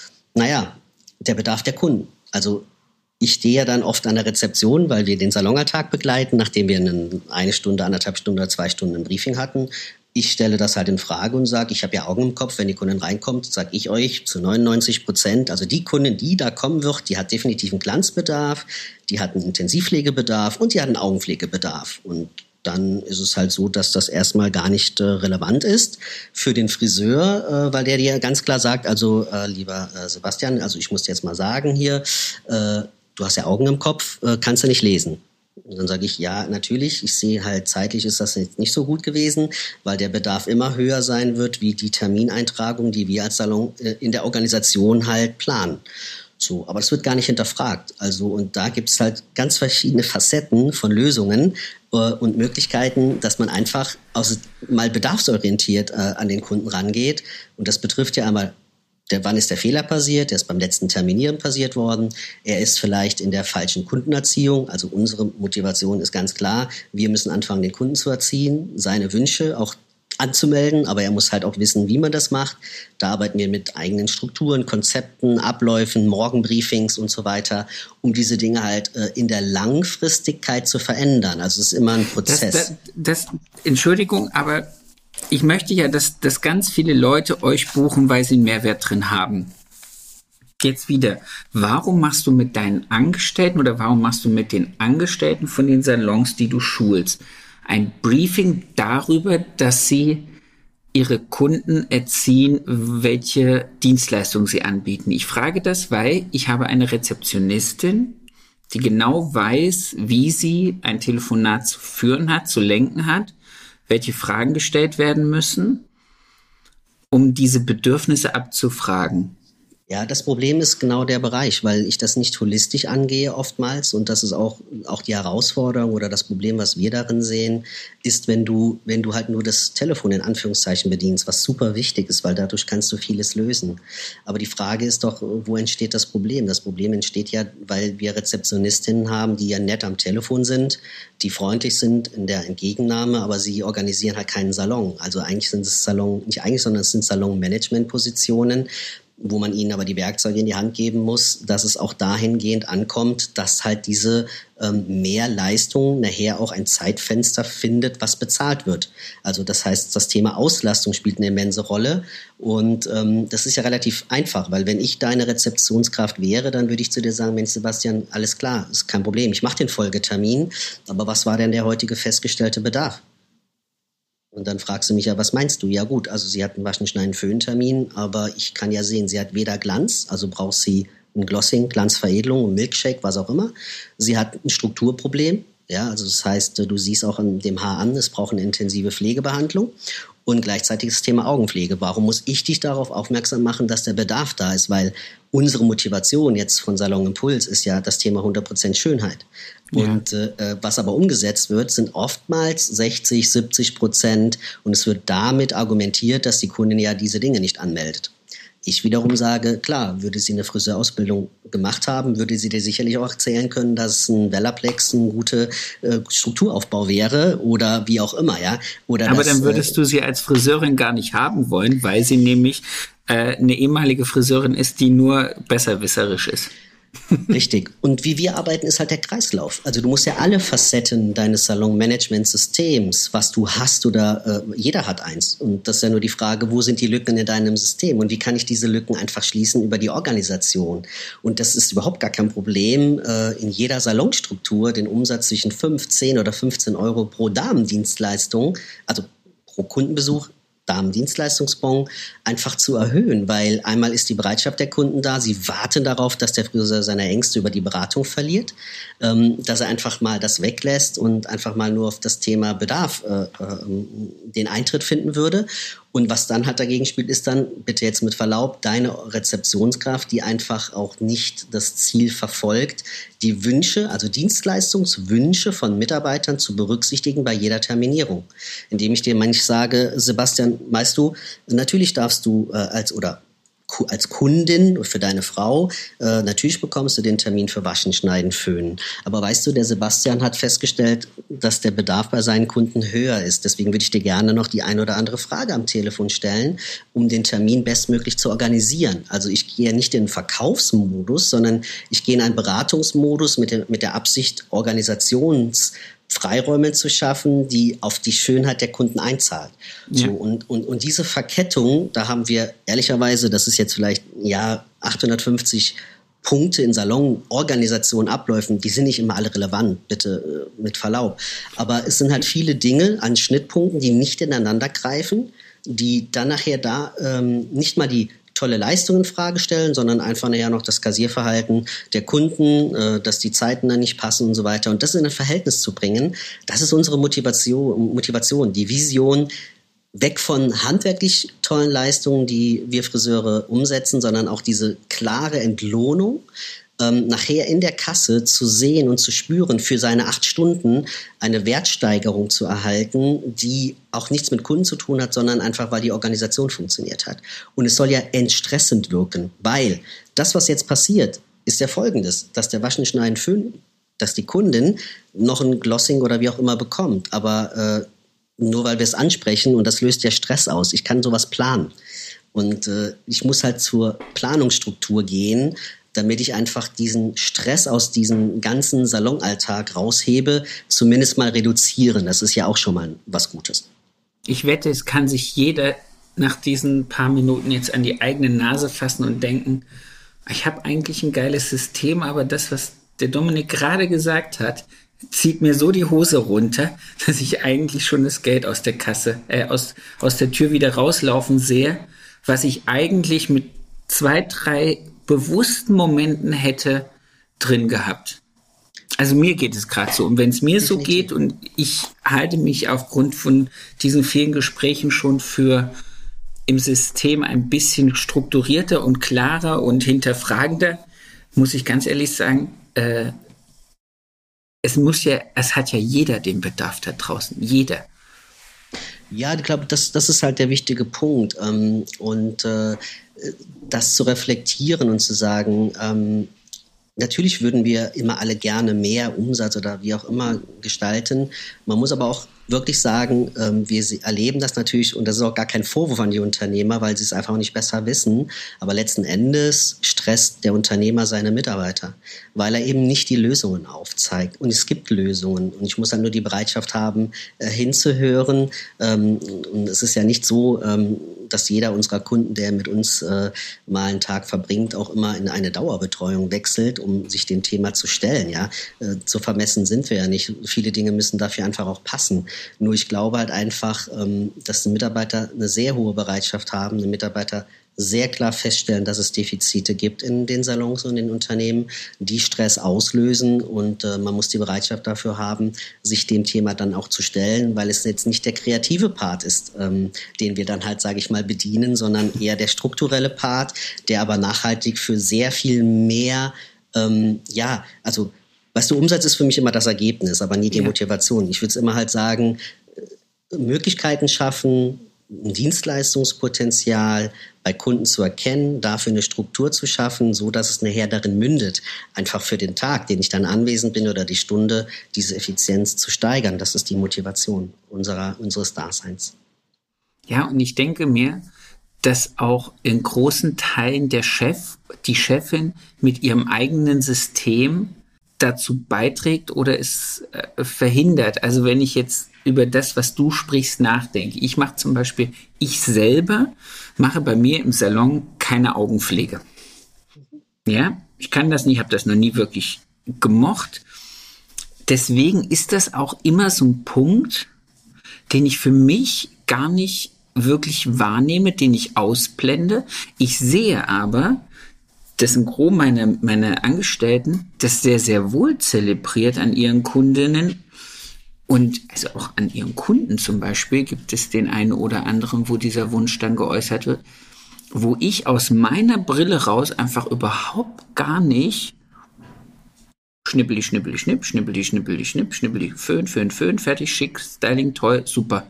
[SPEAKER 1] der Bedarf der Kunden. Also ich stehe ja dann oft an der Rezeption, weil wir den Salonalltag begleiten, nachdem wir eine Stunde, 1,5 Stunden oder 2 Stunden ein Briefing hatten. Ich stelle das halt in Frage und sage, ich habe ja Augen im Kopf, wenn die Kundin reinkommt, sage ich euch zu 99%, also die Kundin, die da kommen wird, die hat definitiv einen Glanzbedarf, die hat einen Intensivpflegebedarf und die hat einen Augenpflegebedarf. Und dann ist es halt so, dass das erstmal gar nicht relevant ist für den Friseur, weil der dir ganz klar sagt, also lieber Sebastian, also ich muss dir jetzt mal sagen hier, du hast ja Augen im Kopf, kannst du nicht lesen. Und dann sage ich, ja, natürlich, ich sehe halt, zeitlich ist das jetzt nicht so gut gewesen, weil der Bedarf immer höher sein wird, wie die Termineintragung, die wir als Salon in der Organisation halt planen. So, aber das wird gar nicht hinterfragt. Also, und da gibt es halt ganz verschiedene Facetten von Lösungen und Möglichkeiten, dass man einfach mal bedarfsorientiert an den Kunden rangeht. Und das betrifft ja einmal, wann ist der Fehler passiert? Der ist beim letzten Terminieren passiert worden. Er ist vielleicht in der falschen Kundenerziehung. Also unsere Motivation ist ganz klar, wir müssen anfangen, den Kunden zu erziehen, seine Wünsche auch anzumelden, aber er muss halt auch wissen, wie man das macht. Da arbeiten wir mit eigenen Strukturen, Konzepten, Abläufen, Morgenbriefings und so weiter, um diese Dinge halt in der Langfristigkeit zu verändern. Also es ist immer ein Prozess.
[SPEAKER 2] Entschuldigung, aber ich möchte ja, dass ganz viele Leute euch buchen, weil sie einen Mehrwert drin haben. Jetzt wieder, warum machst du mit deinen Angestellten oder warum machst du mit den Angestellten von den Salons, die du schulst, ein Briefing darüber, dass sie ihre Kunden erziehen, welche Dienstleistungen sie anbieten? Ich frage das, weil ich habe eine Rezeptionistin, die genau weiß, wie sie ein Telefonat zu führen hat, zu lenken hat, welche Fragen gestellt werden müssen, um diese Bedürfnisse abzufragen.
[SPEAKER 1] Ja, das Problem ist genau der Bereich, weil ich das nicht holistisch angehe oftmals und das ist auch die Herausforderung oder das Problem, was wir darin sehen, ist, wenn du halt nur das Telefon in Anführungszeichen bedienst, was super wichtig ist, weil dadurch kannst du vieles lösen. Aber die Frage ist doch, wo entsteht das Problem? Das Problem entsteht ja, weil wir Rezeptionistinnen haben, die ja nett am Telefon sind, die freundlich sind in der Entgegennahme, aber sie organisieren halt keinen Salon. Also eigentlich sind es sondern es sind Salon-Management-Positionen, wo man ihnen aber die Werkzeuge in die Hand geben muss, dass es auch dahingehend ankommt, dass halt diese Mehrleistung nachher auch ein Zeitfenster findet, was bezahlt wird. Also das heißt, das Thema Auslastung spielt eine immense Rolle und das ist ja relativ einfach, weil wenn ich deine Rezeptionskraft wäre, dann würde ich zu dir sagen, Mensch Sebastian, alles klar, ist kein Problem, ich mache den Folgetermin, aber was war denn der heutige festgestellte Bedarf? Und dann fragst du mich ja, was meinst du? Ja gut, also sie hat einen Waschen, Schneiden, Föhn-Termin, aber ich kann ja sehen, sie hat weder Glanz, also braucht sie ein Glossing, Glanzveredelung, ein Milkshake, was auch immer. Sie hat ein Strukturproblem. Ja, also das heißt, du siehst auch an dem Haar an, es braucht eine intensive Pflegebehandlung. Und gleichzeitig das Thema Augenpflege. Warum muss ich dich darauf aufmerksam machen, dass der Bedarf da ist? Weil unsere Motivation jetzt von Salon Impuls ist ja das Thema 100% Schönheit. Ja. Und was aber umgesetzt wird, sind oftmals 60-70%. Und es wird damit argumentiert, dass die Kundin ja diese Dinge nicht anmeldet. Ich wiederum sage, klar, würde sie eine Friseurausbildung gemacht haben, würde sie dir sicherlich auch erzählen können, dass ein Velaplex ein guter Strukturaufbau wäre oder wie auch immer, ja. Oder
[SPEAKER 2] aber dann würdest du sie als Friseurin gar nicht haben wollen, weil sie nämlich eine ehemalige Friseurin ist, die nur besserwisserisch ist.
[SPEAKER 1] Richtig. Und wie wir arbeiten, ist halt der Kreislauf. Also du musst ja alle Facetten deines Salon-Management-Systems, was du hast oder jeder hat eins. Und das ist ja nur die Frage, wo sind die Lücken in deinem System und wie kann ich diese Lücken einfach schließen über die Organisation. Und das ist überhaupt gar kein Problem, in jeder Salonstruktur den Umsatz zwischen 5, 10 oder 15 Euro pro Damendienstleistung, also pro Kundenbesuch, Damendienstleistungsbon einfach zu erhöhen, weil einmal ist die Bereitschaft der Kunden da, sie warten darauf, dass der Friseur seine Ängste über die Beratung verliert, dass er einfach mal das weglässt und einfach mal nur auf das Thema Bedarf den Eintritt finden würde. Und was dann halt dagegen spielt, ist dann, bitte jetzt mit Verlaub, deine Rezeptionskraft, die einfach auch nicht das Ziel verfolgt, die Wünsche, also Dienstleistungswünsche von Mitarbeitern zu berücksichtigen bei jeder Terminierung. Indem ich dir manchmal sage, Sebastian, weißt du, natürlich darfst du als Kundin für deine Frau, natürlich bekommst du den Termin für Waschen, Schneiden, Föhnen. Aber weißt du, der Sebastian hat festgestellt, dass der Bedarf bei seinen Kunden höher ist. Deswegen würde ich dir gerne noch die eine oder andere Frage am Telefon stellen, um den Termin bestmöglich zu organisieren. Also ich gehe nicht in den Verkaufsmodus, sondern ich gehe in einen Beratungsmodus mit der Absicht, Freiräume zu schaffen, die auf die Schönheit der Kunden einzahlt. Ja. So, und diese Verkettung, da haben wir ehrlicherweise, das ist jetzt vielleicht 850 Punkte in Salonorganisationen, Abläufen, die sind nicht immer alle relevant, bitte mit Verlaub. Aber es sind halt viele Dinge an Schnittpunkten, die nicht ineinander greifen, die dann nachher nicht mal die tolle Leistung in Frage stellen, sondern einfach nachher noch das Kassierverhalten der Kunden, dass die Zeiten dann nicht passen und so weiter. Und das in ein Verhältnis zu bringen, das ist unsere Motivation, die Vision, weg von handwerklich tollen Leistungen, die wir Friseure umsetzen, sondern auch diese klare Entlohnung, nachher in der Kasse zu sehen und zu spüren, für seine 8 Stunden eine Wertsteigerung zu erhalten, die auch nichts mit Kunden zu tun hat, sondern einfach, weil die Organisation funktioniert hat. Und es soll ja entstressend wirken, weil das, was jetzt passiert, ist ja Folgendes, dass der Waschen, Schneiden, Föhn, dass die Kundin noch ein Glossing oder wie auch immer bekommt, aber nur weil wir es ansprechen und das löst ja Stress aus. Ich kann sowas planen. Und ich muss halt zur Planungsstruktur gehen, damit ich einfach diesen Stress aus diesem ganzen Salonalltag raushebe, zumindest mal reduzieren. Das ist ja auch schon mal was Gutes.
[SPEAKER 2] Ich wette, es kann sich jeder nach diesen paar Minuten jetzt an die eigene Nase fassen und denken, ich habe eigentlich ein geiles System, aber das, was der Dominik gerade gesagt hat, zieht mir so die Hose runter, dass ich eigentlich schon das Geld aus der Kasse, aus der Tür wieder rauslaufen sehe, was ich eigentlich mit 2, 3 bewussten Momenten hätte drin gehabt. Also mir geht es gerade so. Und wenn es mir so geht und ich halte mich aufgrund von diesen vielen Gesprächen schon für im System ein bisschen strukturierter und klarer und hinterfragender, muss ich ganz ehrlich sagen, es hat ja jeder den Bedarf da draußen. Jeder.
[SPEAKER 1] Ja, ich glaube, das ist halt der wichtige Punkt. Das zu reflektieren und zu sagen, natürlich würden wir immer alle gerne mehr Umsatz oder wie auch immer gestalten. Man muss aber auch wirklich sagen, wir erleben das natürlich, und das ist auch gar kein Vorwurf an die Unternehmer, weil sie es einfach nicht besser wissen, aber letzten Endes stresst der Unternehmer seine Mitarbeiter, weil er eben nicht die Lösungen aufzeigt. Und es gibt Lösungen und ich muss dann nur die Bereitschaft haben, hinzuhören. Und es ist ja nicht so, dass jeder unserer Kunden, der mit uns mal einen Tag verbringt, auch immer in eine Dauerbetreuung wechselt, um sich dem Thema zu stellen. Ja, so vermessen sind wir ja nicht. Viele Dinge müssen dafür einfach auch passen. Nur ich glaube halt einfach, dass die Mitarbeiter eine sehr hohe Bereitschaft haben, die Mitarbeiter sehr klar feststellen, dass es Defizite gibt in den Salons und in den Unternehmen, die Stress auslösen, und man muss die Bereitschaft dafür haben, sich dem Thema dann auch zu stellen, weil es jetzt nicht der kreative Part ist, den wir dann halt, sage ich mal, bedienen, sondern eher der strukturelle Part, der aber nachhaltig für sehr viel mehr, also weißt du, Umsatz ist für mich immer das Ergebnis, aber nie die Motivation. Ich würde es immer halt sagen, Möglichkeiten schaffen, ein Dienstleistungspotenzial bei Kunden zu erkennen, dafür eine Struktur zu schaffen, so dass es nachher darin mündet, einfach für den Tag, den ich dann anwesend bin, oder die Stunde, diese Effizienz zu steigern. Das ist die Motivation unseres Daseins.
[SPEAKER 2] Ja, und ich denke mir, dass auch in großen Teilen der Chef, die Chefin mit ihrem eigenen System dazu beiträgt oder es verhindert. Also wenn ich jetzt über das, was du sprichst, nachdenke. Ich mache zum Beispiel, ich selber mache bei mir im Salon keine Augenpflege. Ja, ich kann das nicht, habe das noch nie wirklich gemocht. Deswegen ist das auch immer so ein Punkt, den ich für mich gar nicht wirklich wahrnehme, den ich ausblende. Ich sehe aber, dass ein Gros meiner Angestellten das sehr, sehr wohl zelebriert an ihren Kundinnen. Und also auch an ihren Kunden zum Beispiel gibt es den einen oder anderen, wo dieser Wunsch dann geäußert wird, wo ich aus meiner Brille raus einfach überhaupt gar nicht schnippeli, schnippeli, schnipp, schnippeli, schnippeli, schnipp, schnippeli, föhn, föhn, föhn, fertig, schick, Styling, toll, super.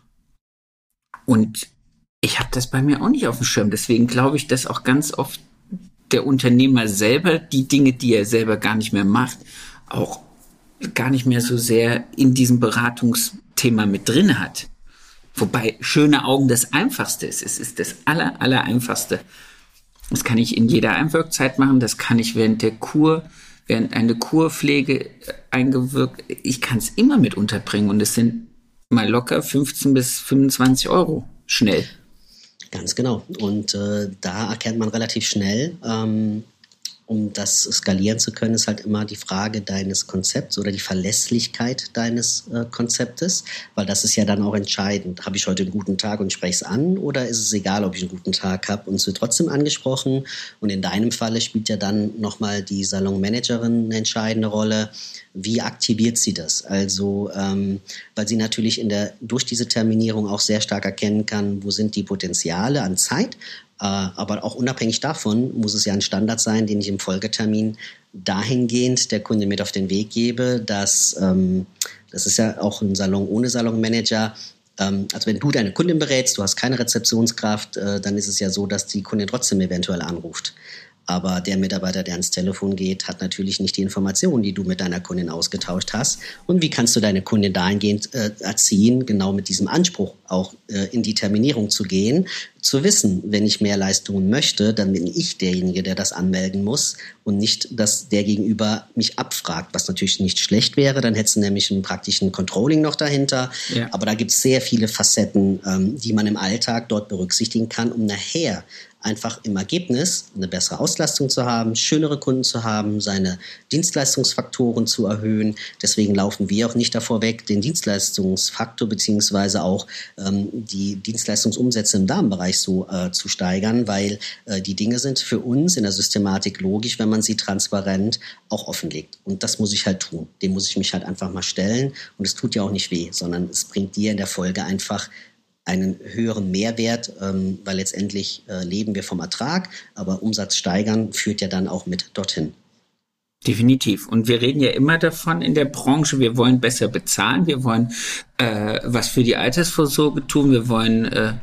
[SPEAKER 2] Und ich habe das bei mir auch nicht auf dem Schirm. Deswegen glaube ich, dass auch ganz oft der Unternehmer selber die Dinge, die er selber gar nicht mehr macht, auch gar nicht mehr so sehr in diesem Beratungsthema mit drin hat. Wobei schöne Augen das Einfachste ist. Es ist das aller Einfachste. Das kann ich in jeder Einwirkzeit machen. Das kann ich während eine Kurpflege eingewirkt. Ich kann es immer mit unterbringen. Und es sind mal locker 15 bis 25 Euro schnell.
[SPEAKER 1] Ganz genau. Und da erkennt man relativ schnell, um das skalieren zu können, ist halt immer die Frage deines Konzepts oder die Verlässlichkeit deines Konzeptes, weil das ist ja dann auch entscheidend. Habe ich heute einen guten Tag und spreche es an, oder ist es egal, ob ich einen guten Tag habe und es wird trotzdem angesprochen? Und in deinem Falle spielt ja dann nochmal die Salonmanagerin eine entscheidende Rolle. Wie aktiviert sie das? Also, weil sie natürlich durch diese Terminierung auch sehr stark erkennen kann, wo sind die Potenziale an Zeit. Aber auch unabhängig davon muss es ja ein Standard sein, den ich im Folgetermin dahingehend der Kunde mit auf den Weg gebe, dass, das ist ja auch ein Salon ohne Salonmanager, also wenn du deine Kundin berätst, du hast keine Rezeptionskraft, dann ist es ja so, dass die Kundin trotzdem eventuell anruft. Aber der Mitarbeiter, der ans Telefon geht, hat natürlich nicht die Informationen, die du mit deiner Kundin ausgetauscht hast. Und wie kannst du deine Kundin dahingehend erziehen, genau mit diesem Anspruch auch in die Terminierung zu gehen, zu wissen, wenn ich mehr Leistungen möchte, dann bin ich derjenige, der das anmelden muss und nicht, dass der Gegenüber mich abfragt, was natürlich nicht schlecht wäre. Dann hättest du nämlich einen praktischen Controlling noch dahinter. Ja. Aber da gibt es sehr viele Facetten, die man im Alltag dort berücksichtigen kann, um nachher einfach im Ergebnis eine bessere Auslastung zu haben, schönere Kunden zu haben, seine Dienstleistungsfaktoren zu erhöhen. Deswegen laufen wir auch nicht davor weg, den Dienstleistungsfaktor beziehungsweise auch die Dienstleistungsumsätze im Damenbereich so zu steigern, weil die Dinge sind für uns in der Systematik logisch, wenn man sie transparent auch offenlegt. Und das muss ich halt tun. Dem muss ich mich halt einfach mal stellen. Und es tut ja auch nicht weh, sondern es bringt dir in der Folge einfach einen höheren Mehrwert, weil letztendlich leben wir vom Ertrag, aber Umsatz steigern führt ja dann auch mit dorthin.
[SPEAKER 2] Definitiv. Und wir reden ja immer davon in der Branche, wir wollen besser bezahlen, wir wollen was für die Altersvorsorge tun, wir wollen,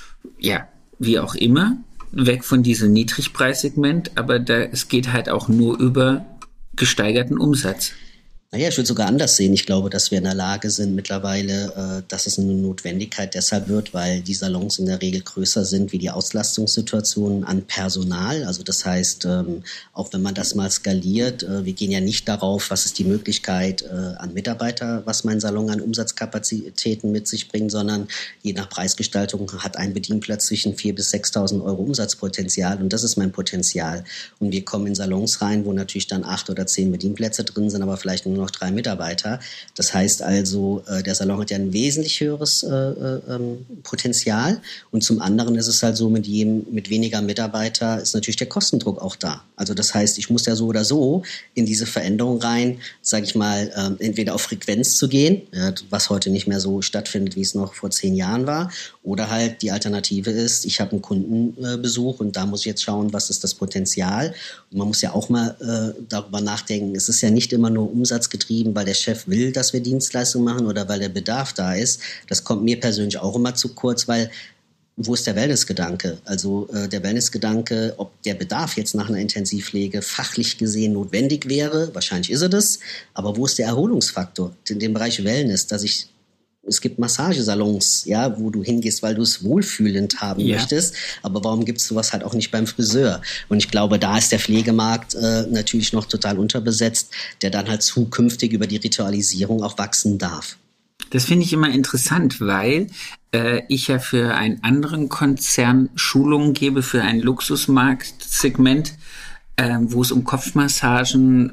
[SPEAKER 2] wie auch immer, weg von diesem Niedrigpreissegment, aber es geht halt auch nur über gesteigerten Umsatz.
[SPEAKER 1] Naja, ich würde sogar anders sehen. Ich glaube, dass wir in der Lage sind mittlerweile, dass es eine Notwendigkeit deshalb wird, weil die Salons in der Regel größer sind wie die Auslastungssituationen an Personal. Also das heißt, auch wenn man das mal skaliert, wir gehen ja nicht darauf, was ist die Möglichkeit an Mitarbeiter, was mein Salon an Umsatzkapazitäten mit sich bringt, sondern je nach Preisgestaltung hat ein Bedienplatz zwischen 4.000 bis 6.000 Euro Umsatzpotenzial und das ist mein Potenzial. Und wir kommen in Salons rein, wo natürlich dann 8 oder 10 Bedienplätze drin sind, aber vielleicht nur noch 3 Mitarbeiter. Das heißt also, der Salon hat ja ein wesentlich höheres Potenzial. Und zum anderen ist es halt so, mit weniger Mitarbeiter ist natürlich der Kostendruck auch da. Also das heißt, ich muss ja so oder so in diese Veränderung rein, sage ich mal, entweder auf Frequenz zu gehen, was heute nicht mehr so stattfindet, wie es noch vor 10 Jahren war, oder halt die Alternative ist, ich habe einen Kundenbesuch und da muss ich jetzt schauen, was ist das Potenzial. Und man muss ja auch mal darüber nachdenken, es ist ja nicht immer nur umsatzgetrieben, weil der Chef will, dass wir Dienstleistungen machen oder weil der Bedarf da ist. Das kommt mir persönlich auch immer zu kurz, weil wo ist der Wellnessgedanke? Also der Wellnessgedanke, ob der Bedarf jetzt nach einer Intensivpflege fachlich gesehen notwendig wäre, wahrscheinlich ist er das, aber wo ist der Erholungsfaktor? In dem Bereich Wellness, es gibt Massagesalons, ja, wo du hingehst, weil du es wohlfühlend haben möchtest. Aber warum gibt es sowas halt auch nicht beim Friseur? Und ich glaube, da ist der Pflegemarkt natürlich noch total unterbesetzt, der dann halt zukünftig über die Ritualisierung auch wachsen darf.
[SPEAKER 2] Das finde ich immer interessant, weil ich ja für einen anderen Konzern Schulungen gebe, für ein Luxusmarktsegment, wo es um Kopfmassagen,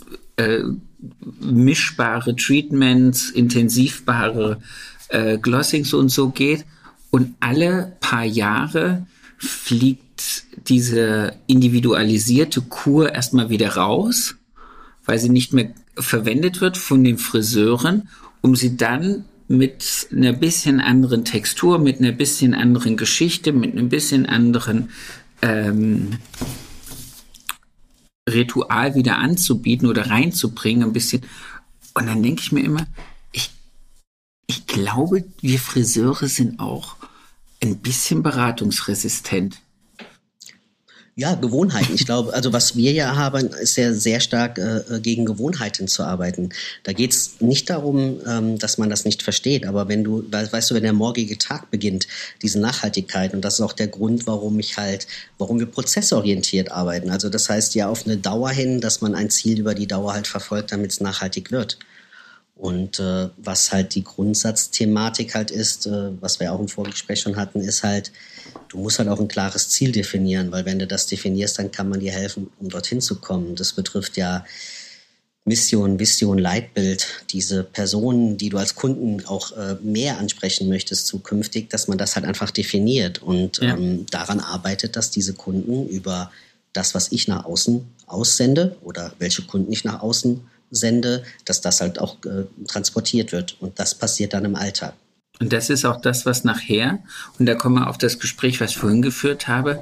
[SPEAKER 2] mischbare Treatments, intensivbare Glossings und so geht. Und alle paar Jahre fliegt diese individualisierte Kur erstmal wieder raus, weil sie nicht mehr verwendet wird von den Friseuren, um sie dann mit einer bisschen anderen Textur, mit einer bisschen anderen Geschichte, mit einem bisschen anderen Ritual wieder anzubieten oder reinzubringen, ein bisschen. Und dann denke ich mir immer, ich glaube, wir Friseure sind auch ein bisschen beratungsresistent.
[SPEAKER 1] Ja, Gewohnheiten. Ich glaube, also was wir ja haben, ist ja sehr stark gegen Gewohnheiten zu arbeiten. Da geht es nicht darum, dass man das nicht versteht, aber wenn der morgige Tag beginnt, diese Nachhaltigkeit, und das ist auch der Grund, warum wir prozessorientiert arbeiten. Also das heißt ja auf eine Dauer hin, dass man ein Ziel über die Dauer halt verfolgt, damit es nachhaltig wird. Und was halt die Grundsatzthematik halt ist, was wir auch im Vorgespräch schon hatten, ist halt, du musst halt auch ein klares Ziel definieren, weil wenn du das definierst, dann kann man dir helfen, um dorthin zu kommen. Das betrifft ja Mission, Vision, Leitbild, diese Personen, die du als Kunden auch mehr ansprechen möchtest zukünftig, dass man das halt einfach definiert und daran arbeitet, dass diese Kunden über das, was ich nach außen aussende oder welche Kunden ich nach außen sende, dass das halt auch transportiert wird. Und das passiert dann im Alltag.
[SPEAKER 2] Und das ist auch das, was nachher, und da kommen wir auf das Gespräch, was ich vorhin geführt habe,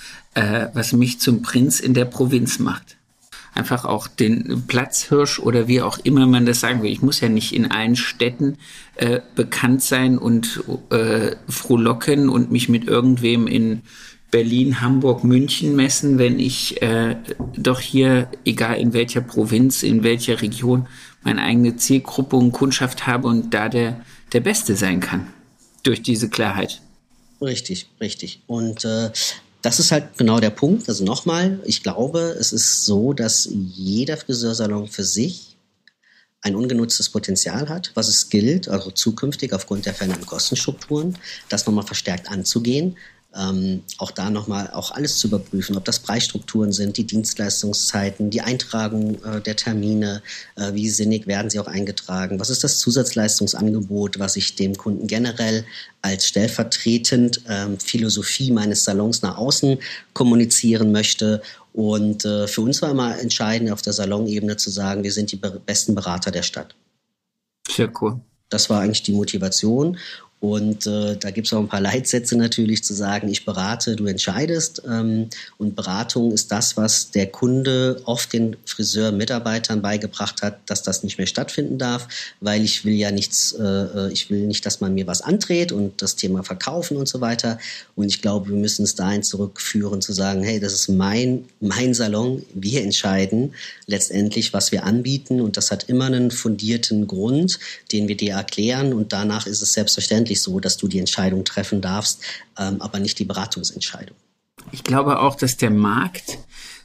[SPEAKER 2] was mich zum Prinz in der Provinz macht. Einfach auch den Platzhirsch oder wie auch immer man das sagen will. Ich muss ja nicht in allen Städten bekannt sein und frohlocken und mich mit irgendwem in Berlin, Hamburg, München messen, wenn ich doch hier, egal in welcher Provinz, in welcher Region, meine eigene Zielgruppe und Kundschaft habe und da der Beste sein kann. Durch diese Klarheit.
[SPEAKER 1] Richtig. Und das ist halt genau der Punkt. Also nochmal, ich glaube, es ist so, dass jeder Friseursalon für sich ein ungenutztes Potenzial hat, was es gilt, also zukünftig aufgrund der veränderten Kostenstrukturen, das nochmal verstärkt anzugehen. Auch da nochmal auch alles zu überprüfen, ob das Preisstrukturen sind, die Dienstleistungszeiten, die Eintragung der Termine, wie sinnig werden sie auch eingetragen, was ist das Zusatzleistungsangebot, was ich dem Kunden generell als stellvertretend Philosophie meines Salons nach außen kommunizieren möchte. Und für uns war immer entscheidend, auf der Salonebene zu sagen, wir sind die besten Berater der Stadt.
[SPEAKER 2] Sehr cool.
[SPEAKER 1] Das war eigentlich die Motivation. Und da gibt es auch ein paar Leitsätze natürlich zu sagen, ich berate, du entscheidest. Und Beratung ist das, was der Kunde oft den Friseur-Mitarbeitern beigebracht hat, dass das nicht mehr stattfinden darf, weil ich will ja nichts, ich will nicht, dass man mir was andreht und das Thema verkaufen und so weiter. Und ich glaube, wir müssen es dahin zurückführen, zu sagen, hey, das ist mein Salon, wir entscheiden letztendlich, was wir anbieten. Und das hat immer einen fundierten Grund, den wir dir erklären. Und danach ist es selbstverständlich so, dass du die Entscheidung treffen darfst, aber nicht die Beratungsentscheidung.
[SPEAKER 2] Ich glaube auch, dass der Markt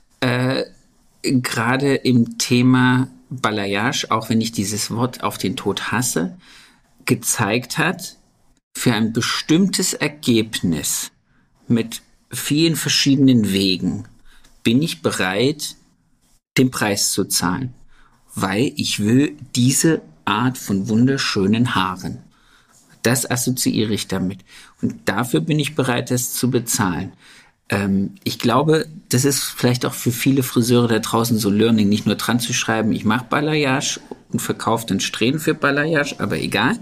[SPEAKER 2] gerade im Thema Balayage, auch wenn ich dieses Wort auf den Tod hasse, gezeigt hat, für ein bestimmtes Ergebnis mit vielen verschiedenen Wegen bin ich bereit, den Preis zu zahlen. weil ich will diese Art von wunderschönen Haaren. Das assoziiere ich damit. Und dafür bin ich bereit, das zu bezahlen. Ich glaube, das ist vielleicht auch für viele Friseure da draußen so Learning, nicht nur dran zu schreiben, ich mache Balayage und verkaufe dann Strähnen für Balayage, aber egal.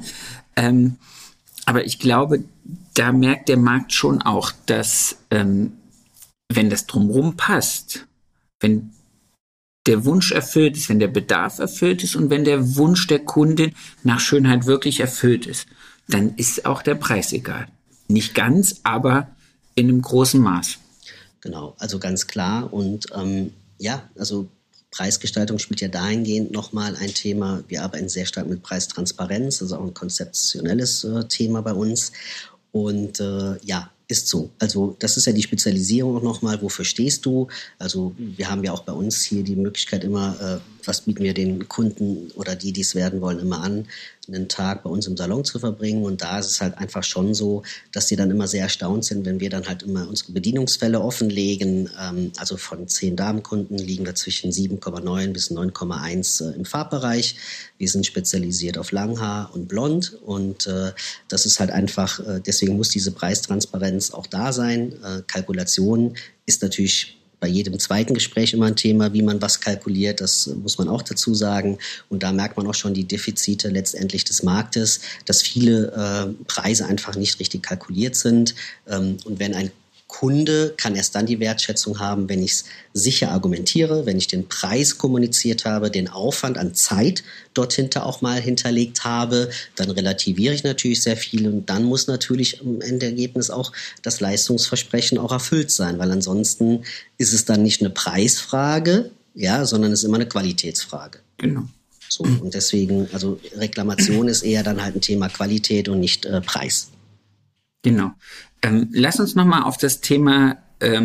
[SPEAKER 2] Aber ich glaube, da merkt der Markt schon auch, dass wenn das drumherum passt, wenn der Wunsch erfüllt ist, wenn der Bedarf erfüllt ist und wenn der Wunsch der Kundin nach Schönheit wirklich erfüllt ist, dann ist auch der Preis egal. Nicht ganz, aber in einem großen Maß.
[SPEAKER 1] Genau, also ganz klar. Und also Preisgestaltung spielt ja dahingehend nochmal ein Thema. Wir arbeiten sehr stark mit Preistransparenz, also auch ein konzeptionelles Thema bei uns. Und ist so. Also das ist ja die Spezialisierung auch nochmal. Wofür stehst du? Also wir haben ja auch bei uns hier die Möglichkeit immer, was bieten wir den Kunden oder die es werden wollen, immer an, einen Tag bei uns im Salon zu verbringen. Und da ist es halt einfach schon so, dass die dann immer sehr erstaunt sind, wenn wir dann halt immer unsere Bedienungsfälle offenlegen. Also von 10 Damenkunden liegen da zwischen 7,9 bis 9,1 im Farbbereich. Wir sind spezialisiert auf Langhaar und Blond. Und das ist halt einfach, deswegen muss diese Preistransparenz auch da sein. Kalkulation ist natürlich bei jedem zweiten Gespräch immer ein Thema, wie man was kalkuliert, das muss man auch dazu sagen. Und da merkt man auch schon die Defizite letztendlich des Marktes, dass viele Preise einfach nicht richtig kalkuliert sind. Und wenn ein Kunde kann erst dann die Wertschätzung haben, wenn ich es sicher argumentiere, wenn ich den Preis kommuniziert habe, den Aufwand an Zeit dort hinter auch mal hinterlegt habe, dann relativiere ich natürlich sehr viel und dann muss natürlich im Endergebnis auch das Leistungsversprechen auch erfüllt sein, weil ansonsten ist es dann nicht eine Preisfrage, sondern es ist immer eine Qualitätsfrage.
[SPEAKER 2] Genau.
[SPEAKER 1] So, und deswegen, also Reklamation ist eher dann halt ein Thema Qualität und nicht Preis.
[SPEAKER 2] Genau. Lass uns nochmal auf das Thema,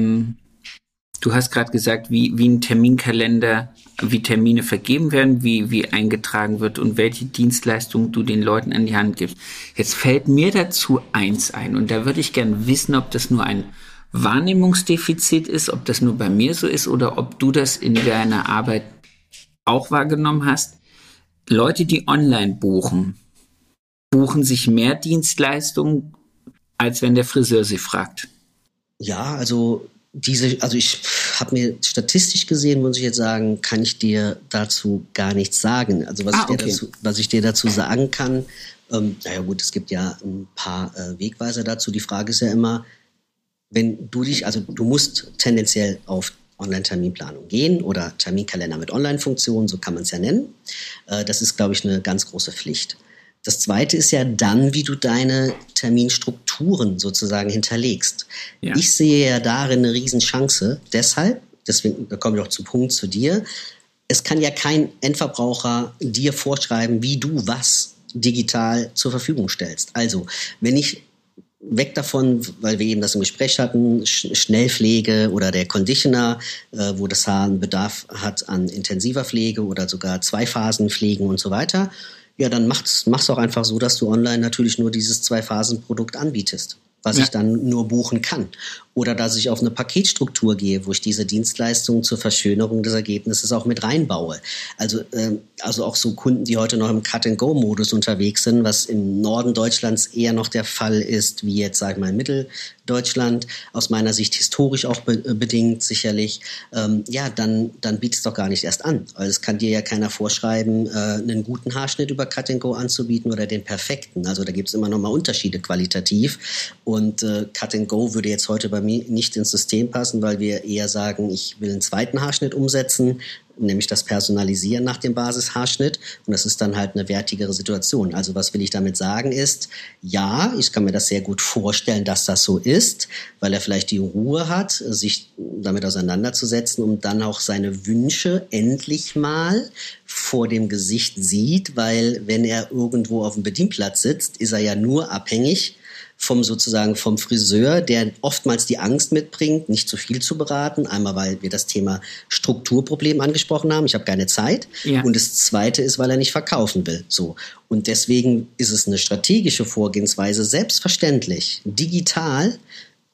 [SPEAKER 2] du hast gerade gesagt, wie ein Terminkalender, wie Termine vergeben werden, wie eingetragen wird und welche Dienstleistungen du den Leuten an die Hand gibst. Jetzt fällt mir dazu eins ein und da würde ich gerne wissen, ob das nur ein Wahrnehmungsdefizit ist, ob das nur bei mir so ist oder ob du das in deiner Arbeit auch wahrgenommen hast. Leute, die online buchen sich mehr Dienstleistungen, als wenn der Friseur sie fragt.
[SPEAKER 1] Ja, also ich habe mir statistisch gesehen, muss ich jetzt sagen, kann ich dir dazu gar nichts sagen. Also was ich dir dazu sagen kann, es gibt ja ein paar Wegweiser dazu. Die Frage ist ja immer, wenn du du musst tendenziell auf Online-Terminplanung gehen oder Terminkalender mit Online-Funktionen, so kann man es ja nennen. Das ist, glaube ich, eine ganz große Pflicht. Das Zweite ist ja dann, wie du deine Terminstrukturen sozusagen hinterlegst. Ja. Ich sehe ja darin eine Riesenchance. Deswegen, da komme ich auch zum Punkt zu dir. Es kann ja kein Endverbraucher dir vorschreiben, wie du was digital zur Verfügung stellst. Also, wenn ich weg davon, weil wir eben das im Gespräch hatten, Schnellpflege oder der Conditioner, wo das Haar einen Bedarf hat an intensiver Pflege oder sogar Zweiphasenpflegen und so weiter, ja, dann mach's auch einfach so, dass du online natürlich nur dieses 2-Phasen-Produkt anbietest, was ich dann nur buchen kann. Oder dass ich auf eine Paketstruktur gehe, wo ich diese Dienstleistungen zur Verschönerung des Ergebnisses auch mit reinbaue. Also auch so Kunden, die heute noch im Cut-and-Go-Modus unterwegs sind, was im Norden Deutschlands eher noch der Fall ist, wie jetzt, sag ich mal, in Mitteldeutschland, aus meiner Sicht historisch auch bedingt sicherlich, dann biet es doch gar nicht erst an. Also es kann dir ja keiner vorschreiben, einen guten Haarschnitt über Cut-and-Go anzubieten oder den perfekten. Also da gibt es immer noch mal Unterschiede qualitativ. Und Cut-and-Go würde jetzt heute bei mir nicht ins System passen, weil wir eher sagen, ich will einen zweiten Haarschnitt umsetzen, nämlich das Personalisieren nach dem Basishaarschnitt. Und das ist dann halt eine wertigere Situation. Also was will ich damit sagen ist, ja, ich kann mir das sehr gut vorstellen, dass das so ist, weil er vielleicht die Ruhe hat, sich damit auseinanderzusetzen und dann auch seine Wünsche endlich mal vor dem Gesicht sieht, weil wenn er irgendwo auf dem Bedienplatz sitzt, ist er ja nur abhängig vom Friseur, der oftmals die Angst mitbringt, nicht zu viel zu beraten. Einmal, weil wir das Thema Strukturproblem angesprochen haben. Ich habe keine Zeit. Ja. Und das Zweite ist, weil er nicht verkaufen will. So. Und deswegen ist es eine strategische Vorgehensweise, selbstverständlich, digital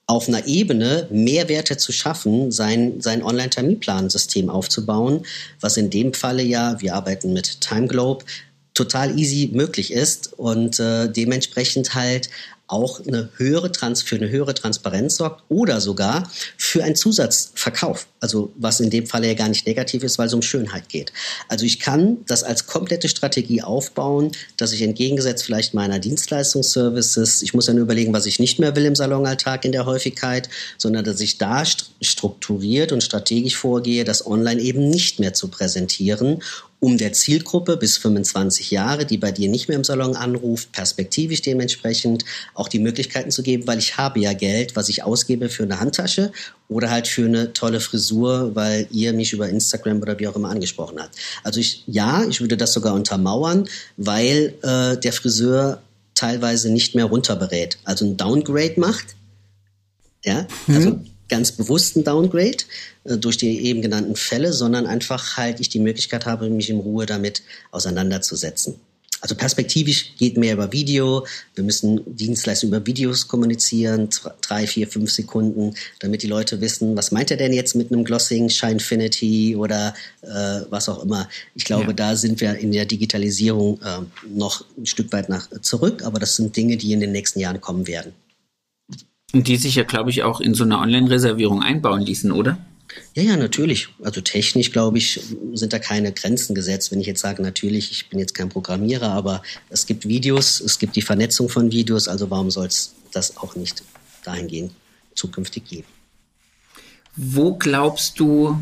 [SPEAKER 1] auf einer Ebene Mehrwerte zu schaffen, sein Online-Terminplanensystem aufzubauen, was in dem Falle ja, wir arbeiten mit TimeGlobe, total easy möglich ist und dementsprechend halt auch für eine höhere Transparenz sorgt oder sogar für einen Zusatzverkauf. Also was in dem Fall ja gar nicht negativ ist, weil es um Schönheit geht. Also ich kann das als komplette Strategie aufbauen, dass ich entgegengesetzt vielleicht meiner Dienstleistungsservices, ich muss ja nur überlegen, was ich nicht mehr will im Salonalltag in der Häufigkeit, sondern dass ich da strukturiert und strategisch vorgehe, das online eben nicht mehr zu präsentieren, um der Zielgruppe bis 25 Jahre, die bei dir nicht mehr im Salon anruft, perspektivisch dementsprechend auch die Möglichkeiten zu geben, weil ich habe ja Geld, was ich ausgebe für eine Handtasche oder halt für eine tolle Frisur, weil ihr mich über Instagram oder wie auch immer angesprochen habt. Also ich würde das sogar untermauern, weil der Friseur teilweise nicht mehr runterberät, also ein Downgrade macht, ja, also ganz bewussten Downgrade durch die eben genannten Fälle, sondern einfach halt ich die Möglichkeit habe, mich in Ruhe damit auseinanderzusetzen. Also perspektivisch geht mehr über Video. Wir müssen Dienstleistungen über Videos kommunizieren, 3, 4, 5 Sekunden, damit die Leute wissen, was meint er denn jetzt mit einem Glossing, Shinefinity oder was auch immer. Ich glaube, da sind wir in der Digitalisierung noch ein Stück weit zurück, aber das sind Dinge, die in den nächsten Jahren kommen werden.
[SPEAKER 2] Und die sich ja, glaube ich, auch in so eine Online-Reservierung einbauen ließen, oder?
[SPEAKER 1] Ja, natürlich. Also technisch, glaube ich, sind da keine Grenzen gesetzt. Wenn ich jetzt sage, natürlich, ich bin jetzt kein Programmierer, aber es gibt Videos, es gibt die Vernetzung von Videos, also warum soll es das auch nicht dahingehend zukünftig geben?
[SPEAKER 2] Wo glaubst du,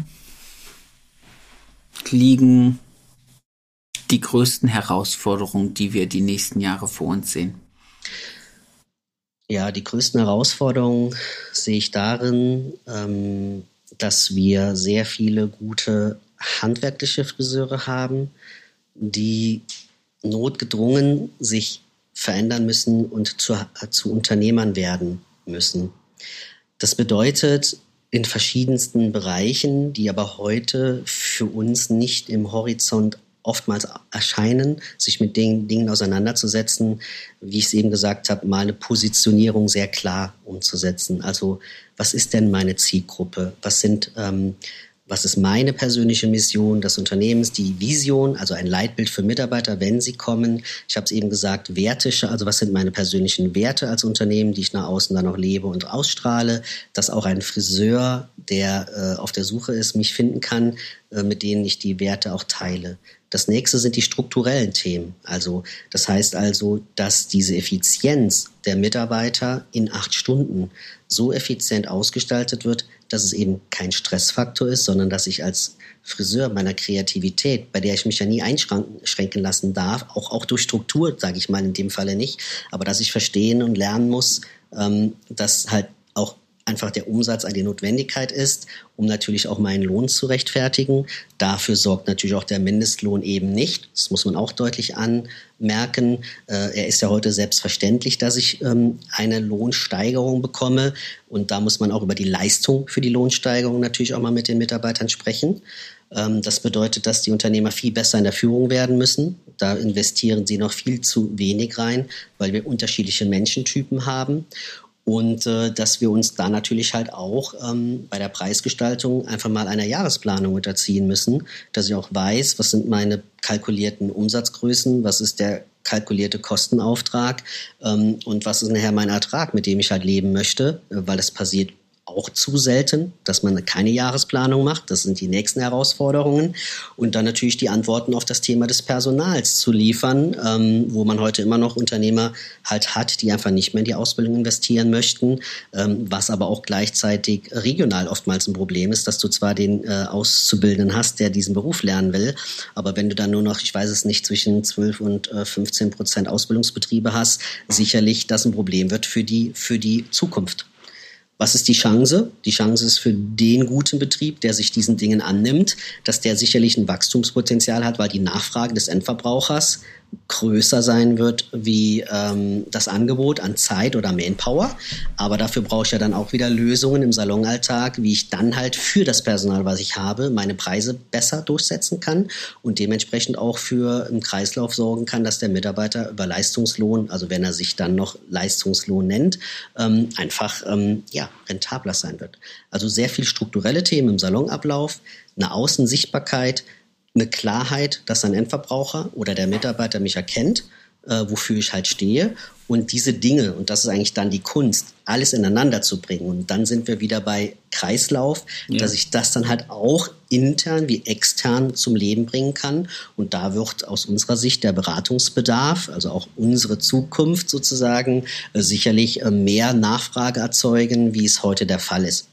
[SPEAKER 2] liegen die größten Herausforderungen, die wir die nächsten Jahre vor uns sehen?
[SPEAKER 1] Ja, die größten Herausforderungen sehe ich darin, dass wir sehr viele gute handwerkliche Friseure haben, die notgedrungen sich verändern müssen und zu Unternehmern werden müssen. Das bedeutet in verschiedensten Bereichen, die aber heute für uns nicht im Horizont oftmals erscheinen, sich mit den Dingen auseinanderzusetzen, wie ich es eben gesagt habe, mal eine Positionierung sehr klar umzusetzen. Also was ist denn meine Zielgruppe? Was ist meine persönliche Mission des Unternehmens, die Vision, also ein Leitbild für Mitarbeiter, wenn sie kommen. Ich habe es eben gesagt, Werte, also was sind meine persönlichen Werte als Unternehmen, die ich nach außen dann noch lebe und ausstrahle, dass auch ein Friseur, der auf der Suche ist, mich finden kann, mit denen ich die Werte auch teile. Das nächste sind die strukturellen Themen. Also das heißt also, dass diese Effizienz der Mitarbeiter in 8 Stunden so effizient ausgestaltet wird, dass es eben kein Stressfaktor ist, sondern dass ich als Friseur meiner Kreativität, bei der ich mich ja nie einschränken lassen darf, auch durch Struktur, sage ich mal in dem Falle nicht, aber dass ich verstehen und lernen muss, dass halt auch einfach der Umsatz eine Notwendigkeit ist, um natürlich auch meinen Lohn zu rechtfertigen. Dafür sorgt natürlich auch der Mindestlohn eben nicht. Das muss man auch deutlich anmerken. Er ist ja heute selbstverständlich, dass ich eine Lohnsteigerung bekomme. Und da muss man auch über die Leistung für die Lohnsteigerung natürlich auch mal mit den Mitarbeitern sprechen. Das bedeutet, dass die Unternehmer viel besser in der Führung werden müssen. Da investieren sie noch viel zu wenig rein, weil wir unterschiedliche Menschentypen haben. Und dass wir uns da natürlich halt auch bei der Preisgestaltung einfach mal einer Jahresplanung unterziehen müssen, dass ich auch weiß, was sind meine kalkulierten Umsatzgrößen, was ist der kalkulierte Kostenauftrag und was ist nachher mein Ertrag, mit dem ich halt leben möchte, weil das passiert auch zu selten, dass man keine Jahresplanung macht. Das sind die nächsten Herausforderungen. Und dann natürlich die Antworten auf das Thema des Personals zu liefern, wo man heute immer noch Unternehmer halt hat, die einfach nicht mehr in die Ausbildung investieren möchten, was aber auch gleichzeitig regional oftmals ein Problem ist, dass du zwar den Auszubildenden hast, der diesen Beruf lernen will, aber wenn du dann nur noch, ich weiß es nicht, zwischen 12 und 15% Ausbildungsbetriebe hast, sicherlich das ein Problem wird für die Zukunft. Was ist die Chance? Die Chance ist für den guten Betrieb, der sich diesen Dingen annimmt, dass der sicherlich ein Wachstumspotenzial hat, weil die Nachfrage des Endverbrauchers größer sein wird wie das Angebot an Zeit oder Manpower. Aber dafür brauche ich ja dann auch wieder Lösungen im Salonalltag, wie ich dann halt für das Personal, was ich habe, meine Preise besser durchsetzen kann und dementsprechend auch für einen Kreislauf sorgen kann, dass der Mitarbeiter über Leistungslohn, also wenn er sich dann noch Leistungslohn nennt, einfach rentabler sein wird. Also sehr viel strukturelle Themen im Salonablauf, eine Außensichtbarkeit, eine Klarheit, dass ein Endverbraucher oder der Mitarbeiter mich erkennt, wofür ich halt stehe. Und diese Dinge, und das ist eigentlich dann die Kunst, alles ineinander zu bringen. Und dann sind wir wieder bei Kreislauf, dass ich das dann halt auch intern wie extern zum Leben bringen kann. Und da wird aus unserer Sicht der Beratungsbedarf, also auch unsere Zukunft sozusagen, sicherlich mehr Nachfrage erzeugen, wie es heute der Fall ist.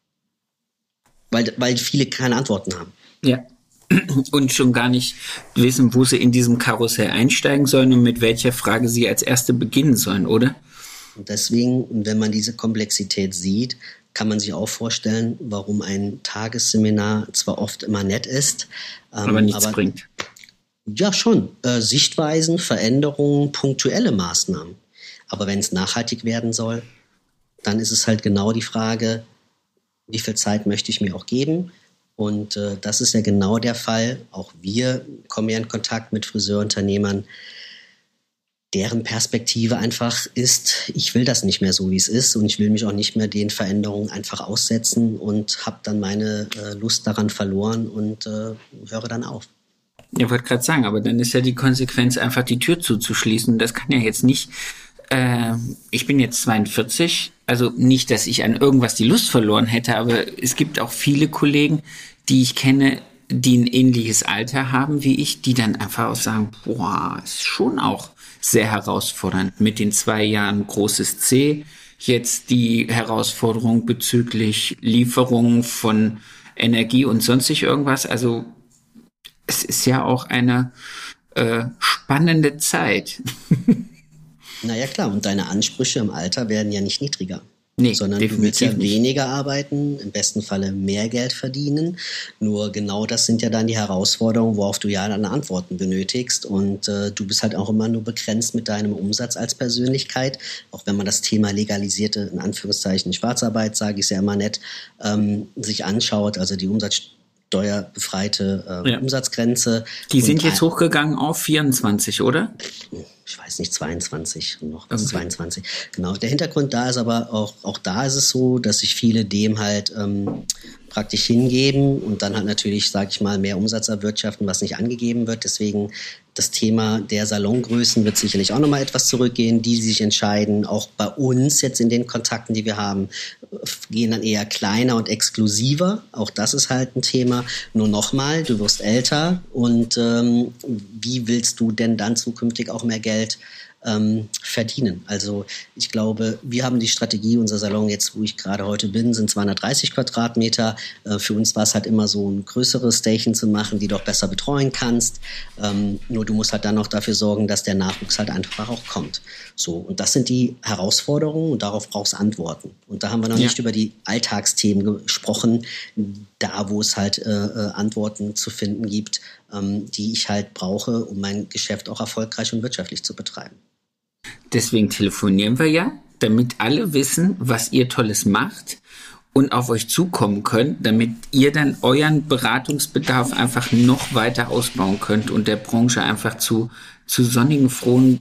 [SPEAKER 1] Weil viele keine Antworten haben.
[SPEAKER 2] Ja. Und schon gar nicht wissen, wo sie in diesem Karussell einsteigen sollen und mit welcher Frage sie als erste beginnen sollen, oder?
[SPEAKER 1] Und deswegen, wenn man diese Komplexität sieht, kann man sich auch vorstellen, warum ein Tagesseminar zwar oft immer nett ist,
[SPEAKER 2] aber nichts bringt.
[SPEAKER 1] Ja, schon. Sichtweisen, Veränderungen, punktuelle Maßnahmen. Aber wenn es nachhaltig werden soll, dann ist es halt genau die Frage, wie viel Zeit möchte ich mir auch geben? Und das ist ja genau der Fall. Auch wir kommen ja in Kontakt mit Friseurunternehmern, deren Perspektive einfach ist, ich will das nicht mehr so, wie es ist. Und ich will mich auch nicht mehr den Veränderungen einfach aussetzen und habe dann meine Lust daran verloren und höre dann auf.
[SPEAKER 2] Ich wollte gerade sagen, aber dann ist ja die Konsequenz, einfach die Tür zuzuschließen. Das kann ja jetzt nicht. Ich bin jetzt 42, also nicht, dass ich an irgendwas die Lust verloren hätte, aber es gibt auch viele Kollegen, die ich kenne, die ein ähnliches Alter haben wie ich, die dann einfach auch sagen, boah, ist schon auch sehr herausfordernd. Mit den 2 Jahren großes C, jetzt die Herausforderung bezüglich Lieferungen von Energie und sonstig irgendwas. Also es ist ja auch eine spannende Zeit.
[SPEAKER 1] Naja, klar. Und deine Ansprüche im Alter werden ja nicht niedriger.
[SPEAKER 2] Nee,
[SPEAKER 1] sondern du willst ja weniger arbeiten, im besten Falle mehr Geld verdienen. Nur genau das sind ja dann die Herausforderungen, worauf du ja dann Antworten benötigst. Und du bist halt auch immer nur begrenzt mit deinem Umsatz als Persönlichkeit. Auch wenn man das Thema legalisierte, in Anführungszeichen Schwarzarbeit, sage ich es ja immer nett, sich anschaut, also die umsatzsteuerbefreite Umsatzgrenze.
[SPEAKER 2] Die sind jetzt hochgegangen auf 24, oder?
[SPEAKER 1] Ich weiß nicht, 22 noch bis 22. Genau. Der Hintergrund da ist aber auch da ist es so, dass sich viele dem halt praktisch hingeben und dann halt natürlich, sage ich mal, mehr Umsatz erwirtschaften, was nicht angegeben wird. Deswegen das Thema der Salongrößen wird sicherlich auch nochmal etwas zurückgehen, die sich entscheiden. Auch bei uns jetzt in den Kontakten, die wir haben, gehen dann eher kleiner und exklusiver. Auch das ist halt ein Thema. Nur nochmal, du wirst älter und wie willst du denn dann zukünftig auch mehr Geld verdienen? Also ich glaube, wir haben die Strategie, unser Salon jetzt, wo ich gerade heute bin, sind 230 Quadratmeter. Für uns war es halt immer so, ein größeres Station zu machen, die du auch besser betreuen kannst. Nur du musst halt dann noch dafür sorgen, dass der Nachwuchs halt einfach auch kommt. So, und das sind die Herausforderungen und darauf brauchst du Antworten. Und da haben wir noch nicht über die Alltagsthemen gesprochen, da wo es halt Antworten zu finden gibt, die ich halt brauche, um mein Geschäft auch erfolgreich und wirtschaftlich zu betreiben.
[SPEAKER 2] Deswegen telefonieren wir ja, damit alle wissen, was ihr Tolles macht und auf euch zukommen könnt, damit ihr dann euren Beratungsbedarf einfach noch weiter ausbauen könnt und der Branche einfach zu sonnigen, frohen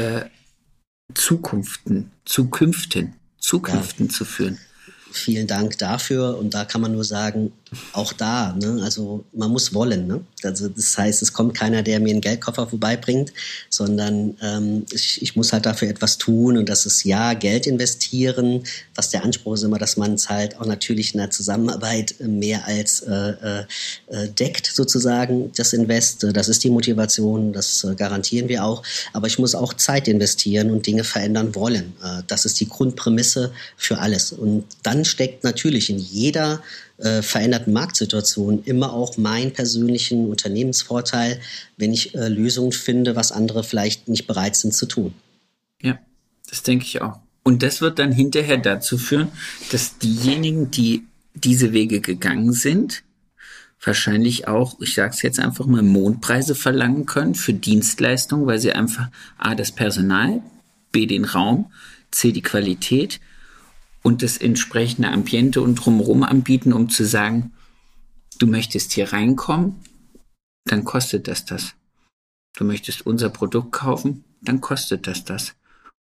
[SPEAKER 2] Zukünften zu führen.
[SPEAKER 1] Vielen Dank dafür. Und da kann man nur sagen, auch da, ne, also man muss wollen. Ne? Also das heißt, es kommt keiner, der mir einen Geldkoffer vorbeibringt, sondern ich muss halt dafür etwas tun. Und das ist Geld investieren, was der Anspruch ist immer, dass man es halt auch natürlich in der Zusammenarbeit mehr als deckt sozusagen, das Invest. Das ist die Motivation, das garantieren wir auch. Aber ich muss auch Zeit investieren und Dinge verändern wollen. Das ist die Grundprämisse für alles. Und dann steckt natürlich in jeder veränderten Marktsituation immer auch meinen persönlichen Unternehmensvorteil, wenn ich Lösungen finde, was andere vielleicht nicht bereit sind zu tun.
[SPEAKER 2] Ja, das denke ich auch. Und das wird dann hinterher dazu führen, dass diejenigen, die diese Wege gegangen sind, wahrscheinlich auch, ich sage es jetzt einfach mal, Mondpreise verlangen können für Dienstleistungen, weil sie einfach A, das Personal, B, den Raum, C, die Qualität und das entsprechende Ambiente und drumherum anbieten, um zu sagen, du möchtest hier reinkommen, dann kostet das. Du möchtest unser Produkt kaufen, dann kostet das.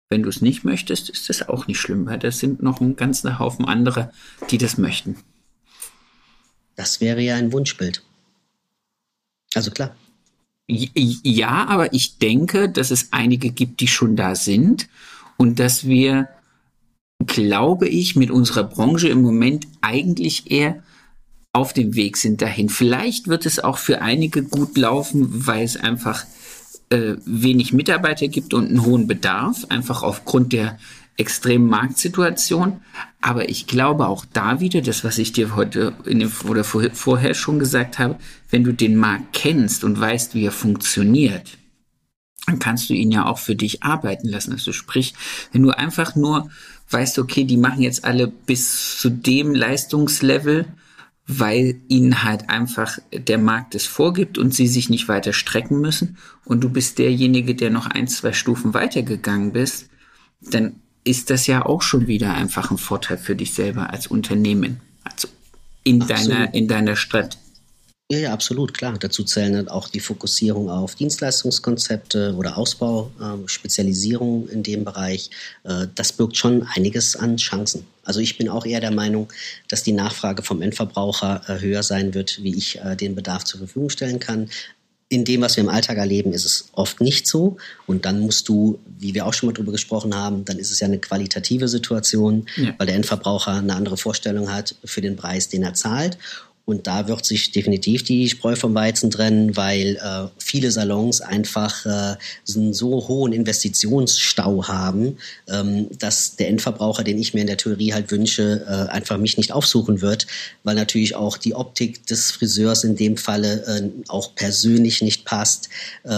[SPEAKER 2] Wenn du es nicht möchtest, ist das auch nicht schlimm, weil das sind noch ein ganzer Haufen andere, die das möchten.
[SPEAKER 1] Das wäre ja ein Wunschbild. Also klar.
[SPEAKER 2] Ja, aber ich denke, dass es einige gibt, die schon da sind und dass wir, glaube ich, mit unserer Branche im Moment eigentlich eher auf dem Weg sind dahin. Vielleicht wird es auch für einige gut laufen, weil es einfach wenig Mitarbeiter gibt und einen hohen Bedarf, einfach aufgrund der extremen Marktsituation. Aber ich glaube auch da wieder, das, was ich dir heute oder vorher schon gesagt habe, wenn du den Markt kennst und weißt, wie er funktioniert, dann kannst du ihn ja auch für dich arbeiten lassen. Also sprich, wenn du einfach nur weißt, okay, die machen jetzt alle bis zu dem Leistungslevel, weil ihnen halt einfach der Markt es vorgibt und sie sich nicht weiter strecken müssen und du bist derjenige, der noch 1-2 Stufen weitergegangen bist, dann ist das ja auch schon wieder einfach ein Vorteil für dich selber als Unternehmen, also in deiner Stadt.
[SPEAKER 1] Ja, absolut, klar. Dazu zählen dann auch die Fokussierung auf Dienstleistungskonzepte oder Ausbau, Spezialisierung in dem Bereich. Das birgt schon einiges an Chancen. Also ich bin auch eher der Meinung, dass die Nachfrage vom Endverbraucher höher sein wird, wie ich den Bedarf zur Verfügung stellen kann. In dem, was wir im Alltag erleben, ist es oft nicht so. Und dann musst du, wie wir auch schon mal drüber gesprochen haben, dann ist es ja eine qualitative Situation, weil der Endverbraucher eine andere Vorstellung hat für den Preis, den er zahlt. Und da wird sich definitiv die Spreu vom Weizen trennen, weil viele Salons einfach einen so hohen Investitionsstau haben, dass der Endverbraucher, den ich mir in der Theorie halt wünsche, einfach mich nicht aufsuchen wird, weil natürlich auch die Optik des Friseurs in dem Falle auch persönlich nicht passt,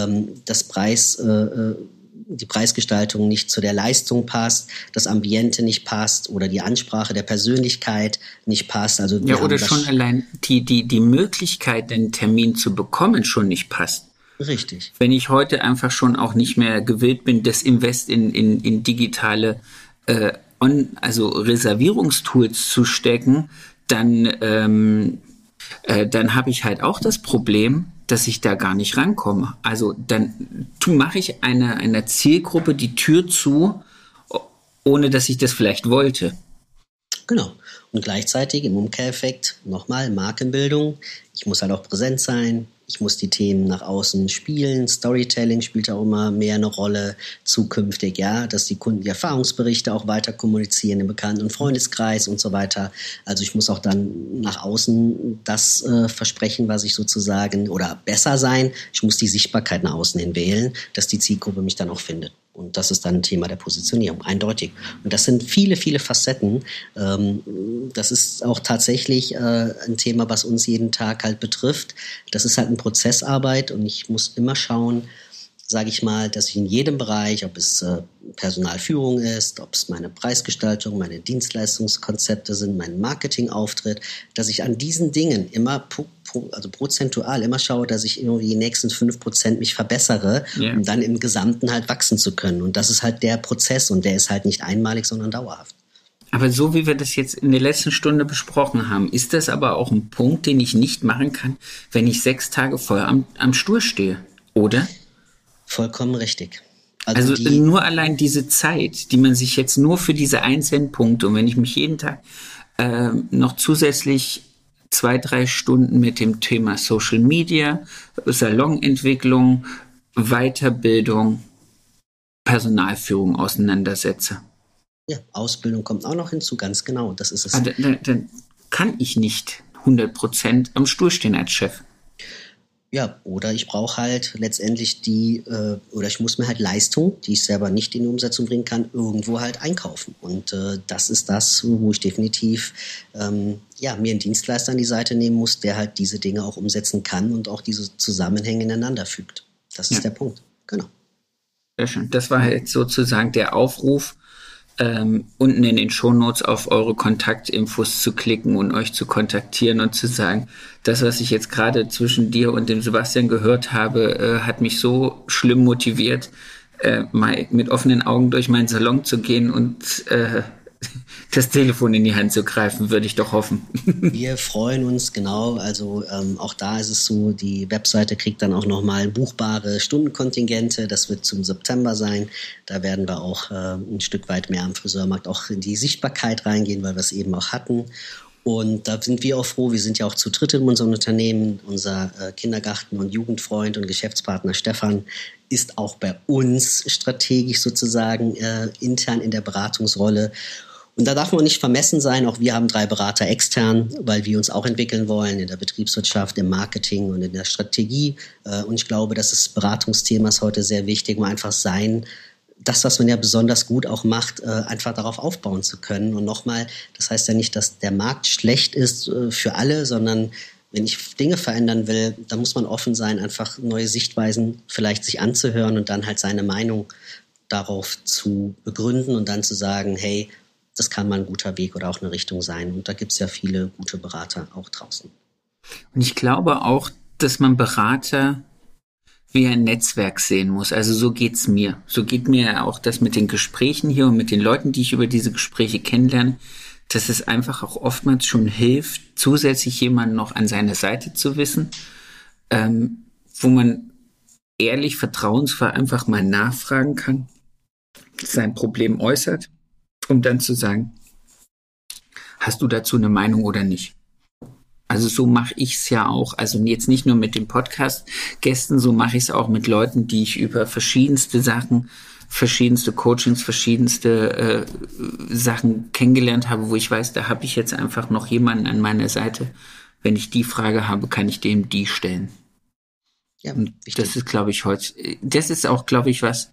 [SPEAKER 1] die Preisgestaltung nicht zu der Leistung passt, das Ambiente nicht passt oder die Ansprache der Persönlichkeit nicht passt. Also
[SPEAKER 2] ja, oder schon allein die Möglichkeit, einen Termin zu bekommen, schon nicht passt.
[SPEAKER 1] Richtig.
[SPEAKER 2] Wenn ich heute einfach schon auch nicht mehr gewillt bin, das Invest in digitale also Reservierungstools zu stecken, dann habe ich halt auch das Problem, dass ich da gar nicht rankomme. Also dann mache ich einer Zielgruppe die Tür zu, ohne dass ich das vielleicht wollte.
[SPEAKER 1] Genau. Und gleichzeitig im Umkehreffekt nochmal Markenbildung. Ich muss halt auch präsent sein. Ich muss die Themen nach außen spielen. Storytelling spielt auch immer mehr eine Rolle zukünftig, ja, dass die Kunden die Erfahrungsberichte auch weiter kommunizieren im Bekannten- und Freundeskreis und so weiter. Also ich muss auch dann nach außen das versprechen, was ich sozusagen, oder besser sein. Ich muss die Sichtbarkeit nach außen hin wählen, dass die Zielgruppe mich dann auch findet. Und das ist dann ein Thema der Positionierung, eindeutig. Und das sind viele, viele Facetten. Das ist auch tatsächlich ein Thema, was uns jeden Tag halt betrifft. Das ist halt eine Prozessarbeit und ich muss immer schauen, sage ich mal, dass ich in jedem Bereich, ob es Personalführung ist, ob es meine Preisgestaltung, meine Dienstleistungskonzepte sind, mein Marketingauftritt, dass ich an diesen Dingen immer prozentual immer schaue, dass ich irgendwie die nächsten 5% mich verbessere, um dann im Gesamten halt wachsen zu können. Und das ist halt der Prozess und der ist halt nicht einmalig, sondern dauerhaft.
[SPEAKER 2] Aber so wie wir das jetzt in der letzten Stunde besprochen haben, ist das aber auch ein Punkt, den ich nicht machen kann, wenn ich 6 Tage vorher am Stuhl stehe, oder?
[SPEAKER 1] Vollkommen richtig.
[SPEAKER 2] Also nur allein diese Zeit, die man sich jetzt nur für diese einzelnen Punkte, und wenn ich mich jeden Tag noch zusätzlich 2-3 Stunden mit dem Thema Social Media, Salonentwicklung, Weiterbildung, Personalführung auseinandersetze.
[SPEAKER 1] Ja, Ausbildung kommt auch noch hinzu, ganz genau, das ist es.
[SPEAKER 2] Dann kann ich nicht 100% am Stuhl stehen als Chef.
[SPEAKER 1] Ja, oder ich brauche halt letztendlich oder ich muss mir halt Leistung, die ich selber nicht in die Umsetzung bringen kann, irgendwo halt einkaufen. Und das ist das, wo ich definitiv mir einen Dienstleister an die Seite nehmen muss, der halt diese Dinge auch umsetzen kann und auch diese Zusammenhänge ineinander fügt. Das ist der Punkt, genau.
[SPEAKER 2] Sehr schön. Das war jetzt sozusagen der Aufruf, unten in den Shownotes auf eure Kontaktinfos zu klicken und euch zu kontaktieren und zu sagen, das, was ich jetzt gerade zwischen dir und dem Sebastian gehört habe, hat mich so schlimm motiviert, mal mit offenen Augen durch meinen Salon zu gehen und das Telefon in die Hand zu greifen, würde ich doch hoffen.
[SPEAKER 1] Wir freuen uns, genau. Also auch da ist es so, die Webseite kriegt dann auch nochmal buchbare Stundenkontingente. Das wird zum September sein. Da werden wir auch ein Stück weit mehr am Friseurmarkt auch in die Sichtbarkeit reingehen, weil wir es eben auch hatten. Und da sind wir auch froh, wir sind ja auch zu dritt in unserem Unternehmen. Unser Kindergarten- und Jugendfreund und Geschäftspartner Stefan ist auch bei uns strategisch sozusagen intern in der Beratungsrolle. Und da darf man nicht vermessen sein. Auch wir haben 3 Berater extern, weil wir uns auch entwickeln wollen in der Betriebswirtschaft, im Marketing und in der Strategie. Und ich glaube, das Beratungsthema ist heute sehr wichtig, um einfach das, was man ja besonders gut auch macht, einfach darauf aufbauen zu können. Und nochmal, das heißt ja nicht, dass der Markt schlecht ist für alle, sondern wenn ich Dinge verändern will, dann muss man offen sein, einfach neue Sichtweisen vielleicht sich anzuhören und dann halt seine Meinung darauf zu begründen und dann zu sagen, hey, das kann mal ein guter Weg oder auch eine Richtung sein. Und da gibt es ja viele gute Berater auch draußen.
[SPEAKER 2] Und ich glaube auch, dass man Berater wie ein Netzwerk sehen muss. Also so geht's mir. So geht mir auch das mit den Gesprächen hier und mit den Leuten, die ich über diese Gespräche kennenlerne, dass es einfach auch oftmals schon hilft, zusätzlich jemanden noch an seiner Seite zu wissen, wo man ehrlich, vertrauensvoll einfach mal nachfragen kann, sein Problem äußert, um dann zu sagen, hast du dazu eine Meinung oder nicht? Also so mache ich es ja auch, also jetzt nicht nur mit den Podcast-Gästen, so mache ich es auch mit Leuten, die ich über verschiedenste Sachen, verschiedenste Coachings, verschiedenste Sachen kennengelernt habe, wo ich weiß, da habe ich jetzt einfach noch jemanden an meiner Seite. Wenn ich die Frage habe, kann ich dem die stellen. Ja, und das ist, glaube ich, das ist auch, glaube ich, was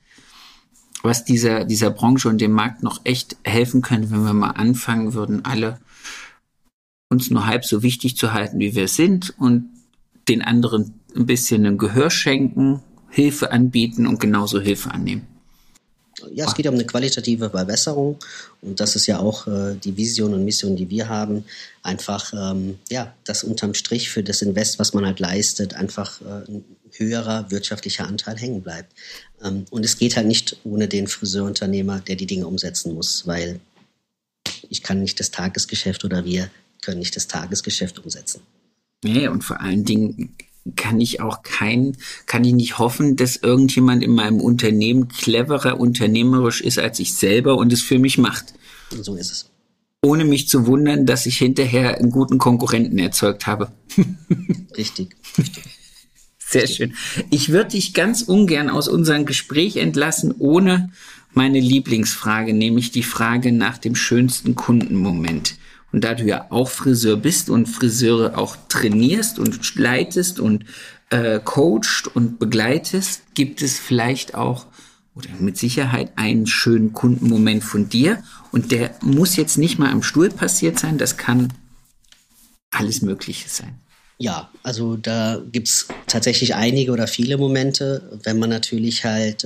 [SPEAKER 2] dieser Branche und dem Markt noch echt helfen könnte, wenn wir mal anfangen würden, alle uns nur halb so wichtig zu halten, wie wir sind und den anderen ein bisschen ein Gehör schenken, Hilfe anbieten und genauso Hilfe annehmen.
[SPEAKER 1] Ja, es geht um eine qualitative Verbesserung und das ist ja auch die Vision und Mission, die wir haben. Einfach, dass unterm Strich für das Invest, was man halt leistet, einfach ein höherer wirtschaftlicher Anteil hängen bleibt. Und es geht halt nicht ohne den Friseurunternehmer, der die Dinge umsetzen muss, weil ich kann nicht das Tagesgeschäft oder wir können nicht das Tagesgeschäft umsetzen.
[SPEAKER 2] Nee, und vor allen Dingen kann ich nicht hoffen, dass irgendjemand in meinem Unternehmen cleverer unternehmerisch ist als ich selber und es für mich macht.
[SPEAKER 1] Und so ist es.
[SPEAKER 2] Ohne mich zu wundern, dass ich hinterher einen guten Konkurrenten erzeugt habe.
[SPEAKER 1] Richtig.
[SPEAKER 2] Sehr schön. Ich würde dich ganz ungern aus unserem Gespräch entlassen, ohne meine Lieblingsfrage, nämlich die Frage nach dem schönsten Kundenmoment. Und da du ja auch Friseur bist und Friseure auch trainierst und leitest und coachst und begleitest, gibt es vielleicht auch oder mit Sicherheit einen schönen Kundenmoment von dir. Und der muss jetzt nicht mal am Stuhl passiert sein, das kann alles Mögliche sein.
[SPEAKER 1] Ja, also da gibt es tatsächlich einige oder viele Momente, wenn man natürlich halt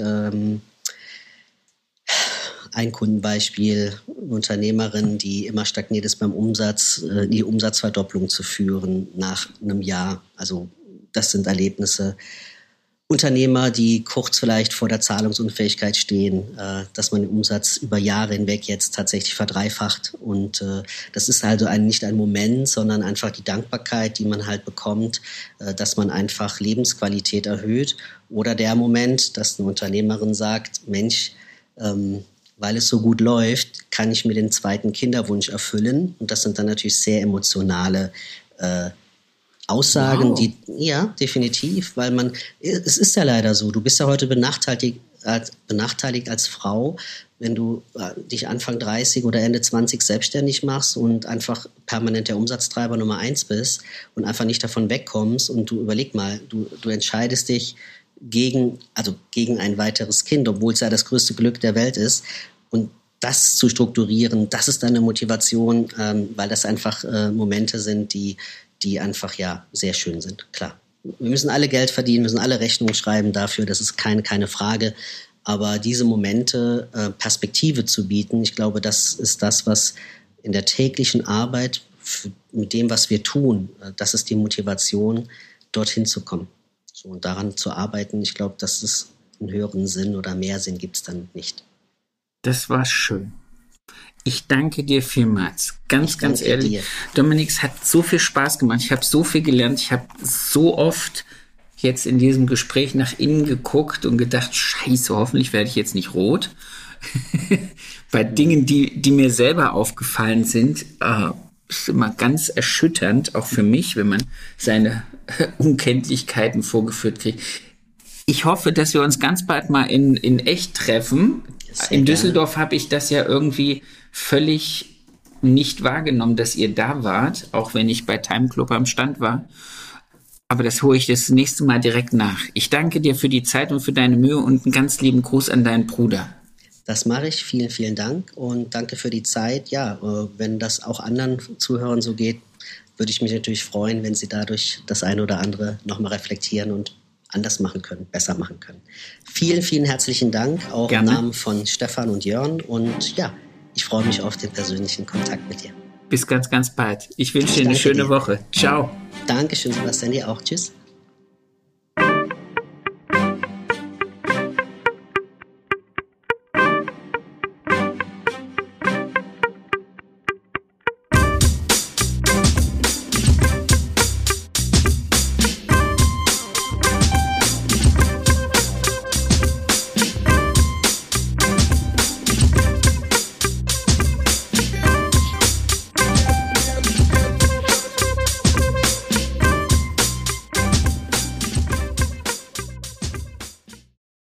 [SPEAKER 1] ein Kundenbeispiel, eine Unternehmerin, die immer stagniert ist beim Umsatz, die Umsatzverdopplung zu führen nach einem Jahr. Also das sind Erlebnisse. Unternehmer, die kurz vielleicht vor der Zahlungsunfähigkeit stehen, dass man den Umsatz über Jahre hinweg jetzt tatsächlich verdreifacht. Und das ist also nicht ein Moment, sondern einfach die Dankbarkeit, die man halt bekommt, dass man einfach Lebensqualität erhöht. Oder der Moment, dass eine Unternehmerin sagt, Mensch, weil es so gut läuft, kann ich mir den zweiten Kinderwunsch erfüllen. Und das sind dann natürlich sehr emotionale Aussagen, wow. Ja, definitiv, weil es ist ja leider so, du bist ja heute benachteiligt als Frau, wenn du dich Anfang 30 oder Ende 20 selbstständig machst und einfach permanent der Umsatztreiber Nummer 1 bist und einfach nicht davon wegkommst und du überleg mal, du entscheidest dich gegen ein weiteres Kind, obwohl es ja das größte Glück der Welt ist. Und das zu strukturieren, das ist deine Motivation, weil das einfach Momente sind, die einfach ja sehr schön sind. Klar, wir müssen alle Geld verdienen, müssen alle Rechnungen schreiben dafür, das ist keine Frage. Aber diese Momente, Perspektive zu bieten, ich glaube, das ist das, was in der täglichen Arbeit mit dem, was wir tun, das ist die Motivation, dorthin zu kommen. So, und daran zu arbeiten, ich glaube, dass es einen höheren Sinn oder mehr Sinn gibt es dann nicht.
[SPEAKER 2] Das war schön. Ich danke dir vielmals. Ganz ehrlich.
[SPEAKER 1] Dir.
[SPEAKER 2] Dominik, es hat so viel Spaß gemacht. Ich habe so viel gelernt. Ich habe so oft jetzt in diesem Gespräch nach innen geguckt und gedacht, scheiße, hoffentlich werde ich jetzt nicht rot. Bei Dingen, die mir selber aufgefallen sind, ist immer ganz erschütternd, auch für mich, wenn man seine Unkenntlichkeiten vorgeführt kriegt. Ich hoffe, dass wir uns ganz bald mal in echt treffen. In Düsseldorf habe ich das ja irgendwie völlig nicht wahrgenommen, dass ihr da wart, auch wenn ich bei Time Club am Stand war. Aber das hole ich das nächste Mal direkt nach. Ich danke dir für die Zeit und für deine Mühe und einen ganz lieben Gruß an deinen Bruder.
[SPEAKER 1] Das mache ich. Vielen, vielen Dank und danke für die Zeit. Ja, wenn das auch anderen Zuhörern so geht, würde ich mich natürlich freuen, wenn sie dadurch das eine oder andere nochmal reflektieren und anders machen können, besser machen können. Vielen, vielen herzlichen Dank, auch
[SPEAKER 2] Gerne.
[SPEAKER 1] im Namen von Stefan und Jörn. Und ja, ich freue mich auf den persönlichen Kontakt mit dir.
[SPEAKER 2] Bis ganz bald. Ich wünsche dir eine schöne Woche. Ciao.
[SPEAKER 1] Dankeschön, Sebastian, dir auch. Tschüss.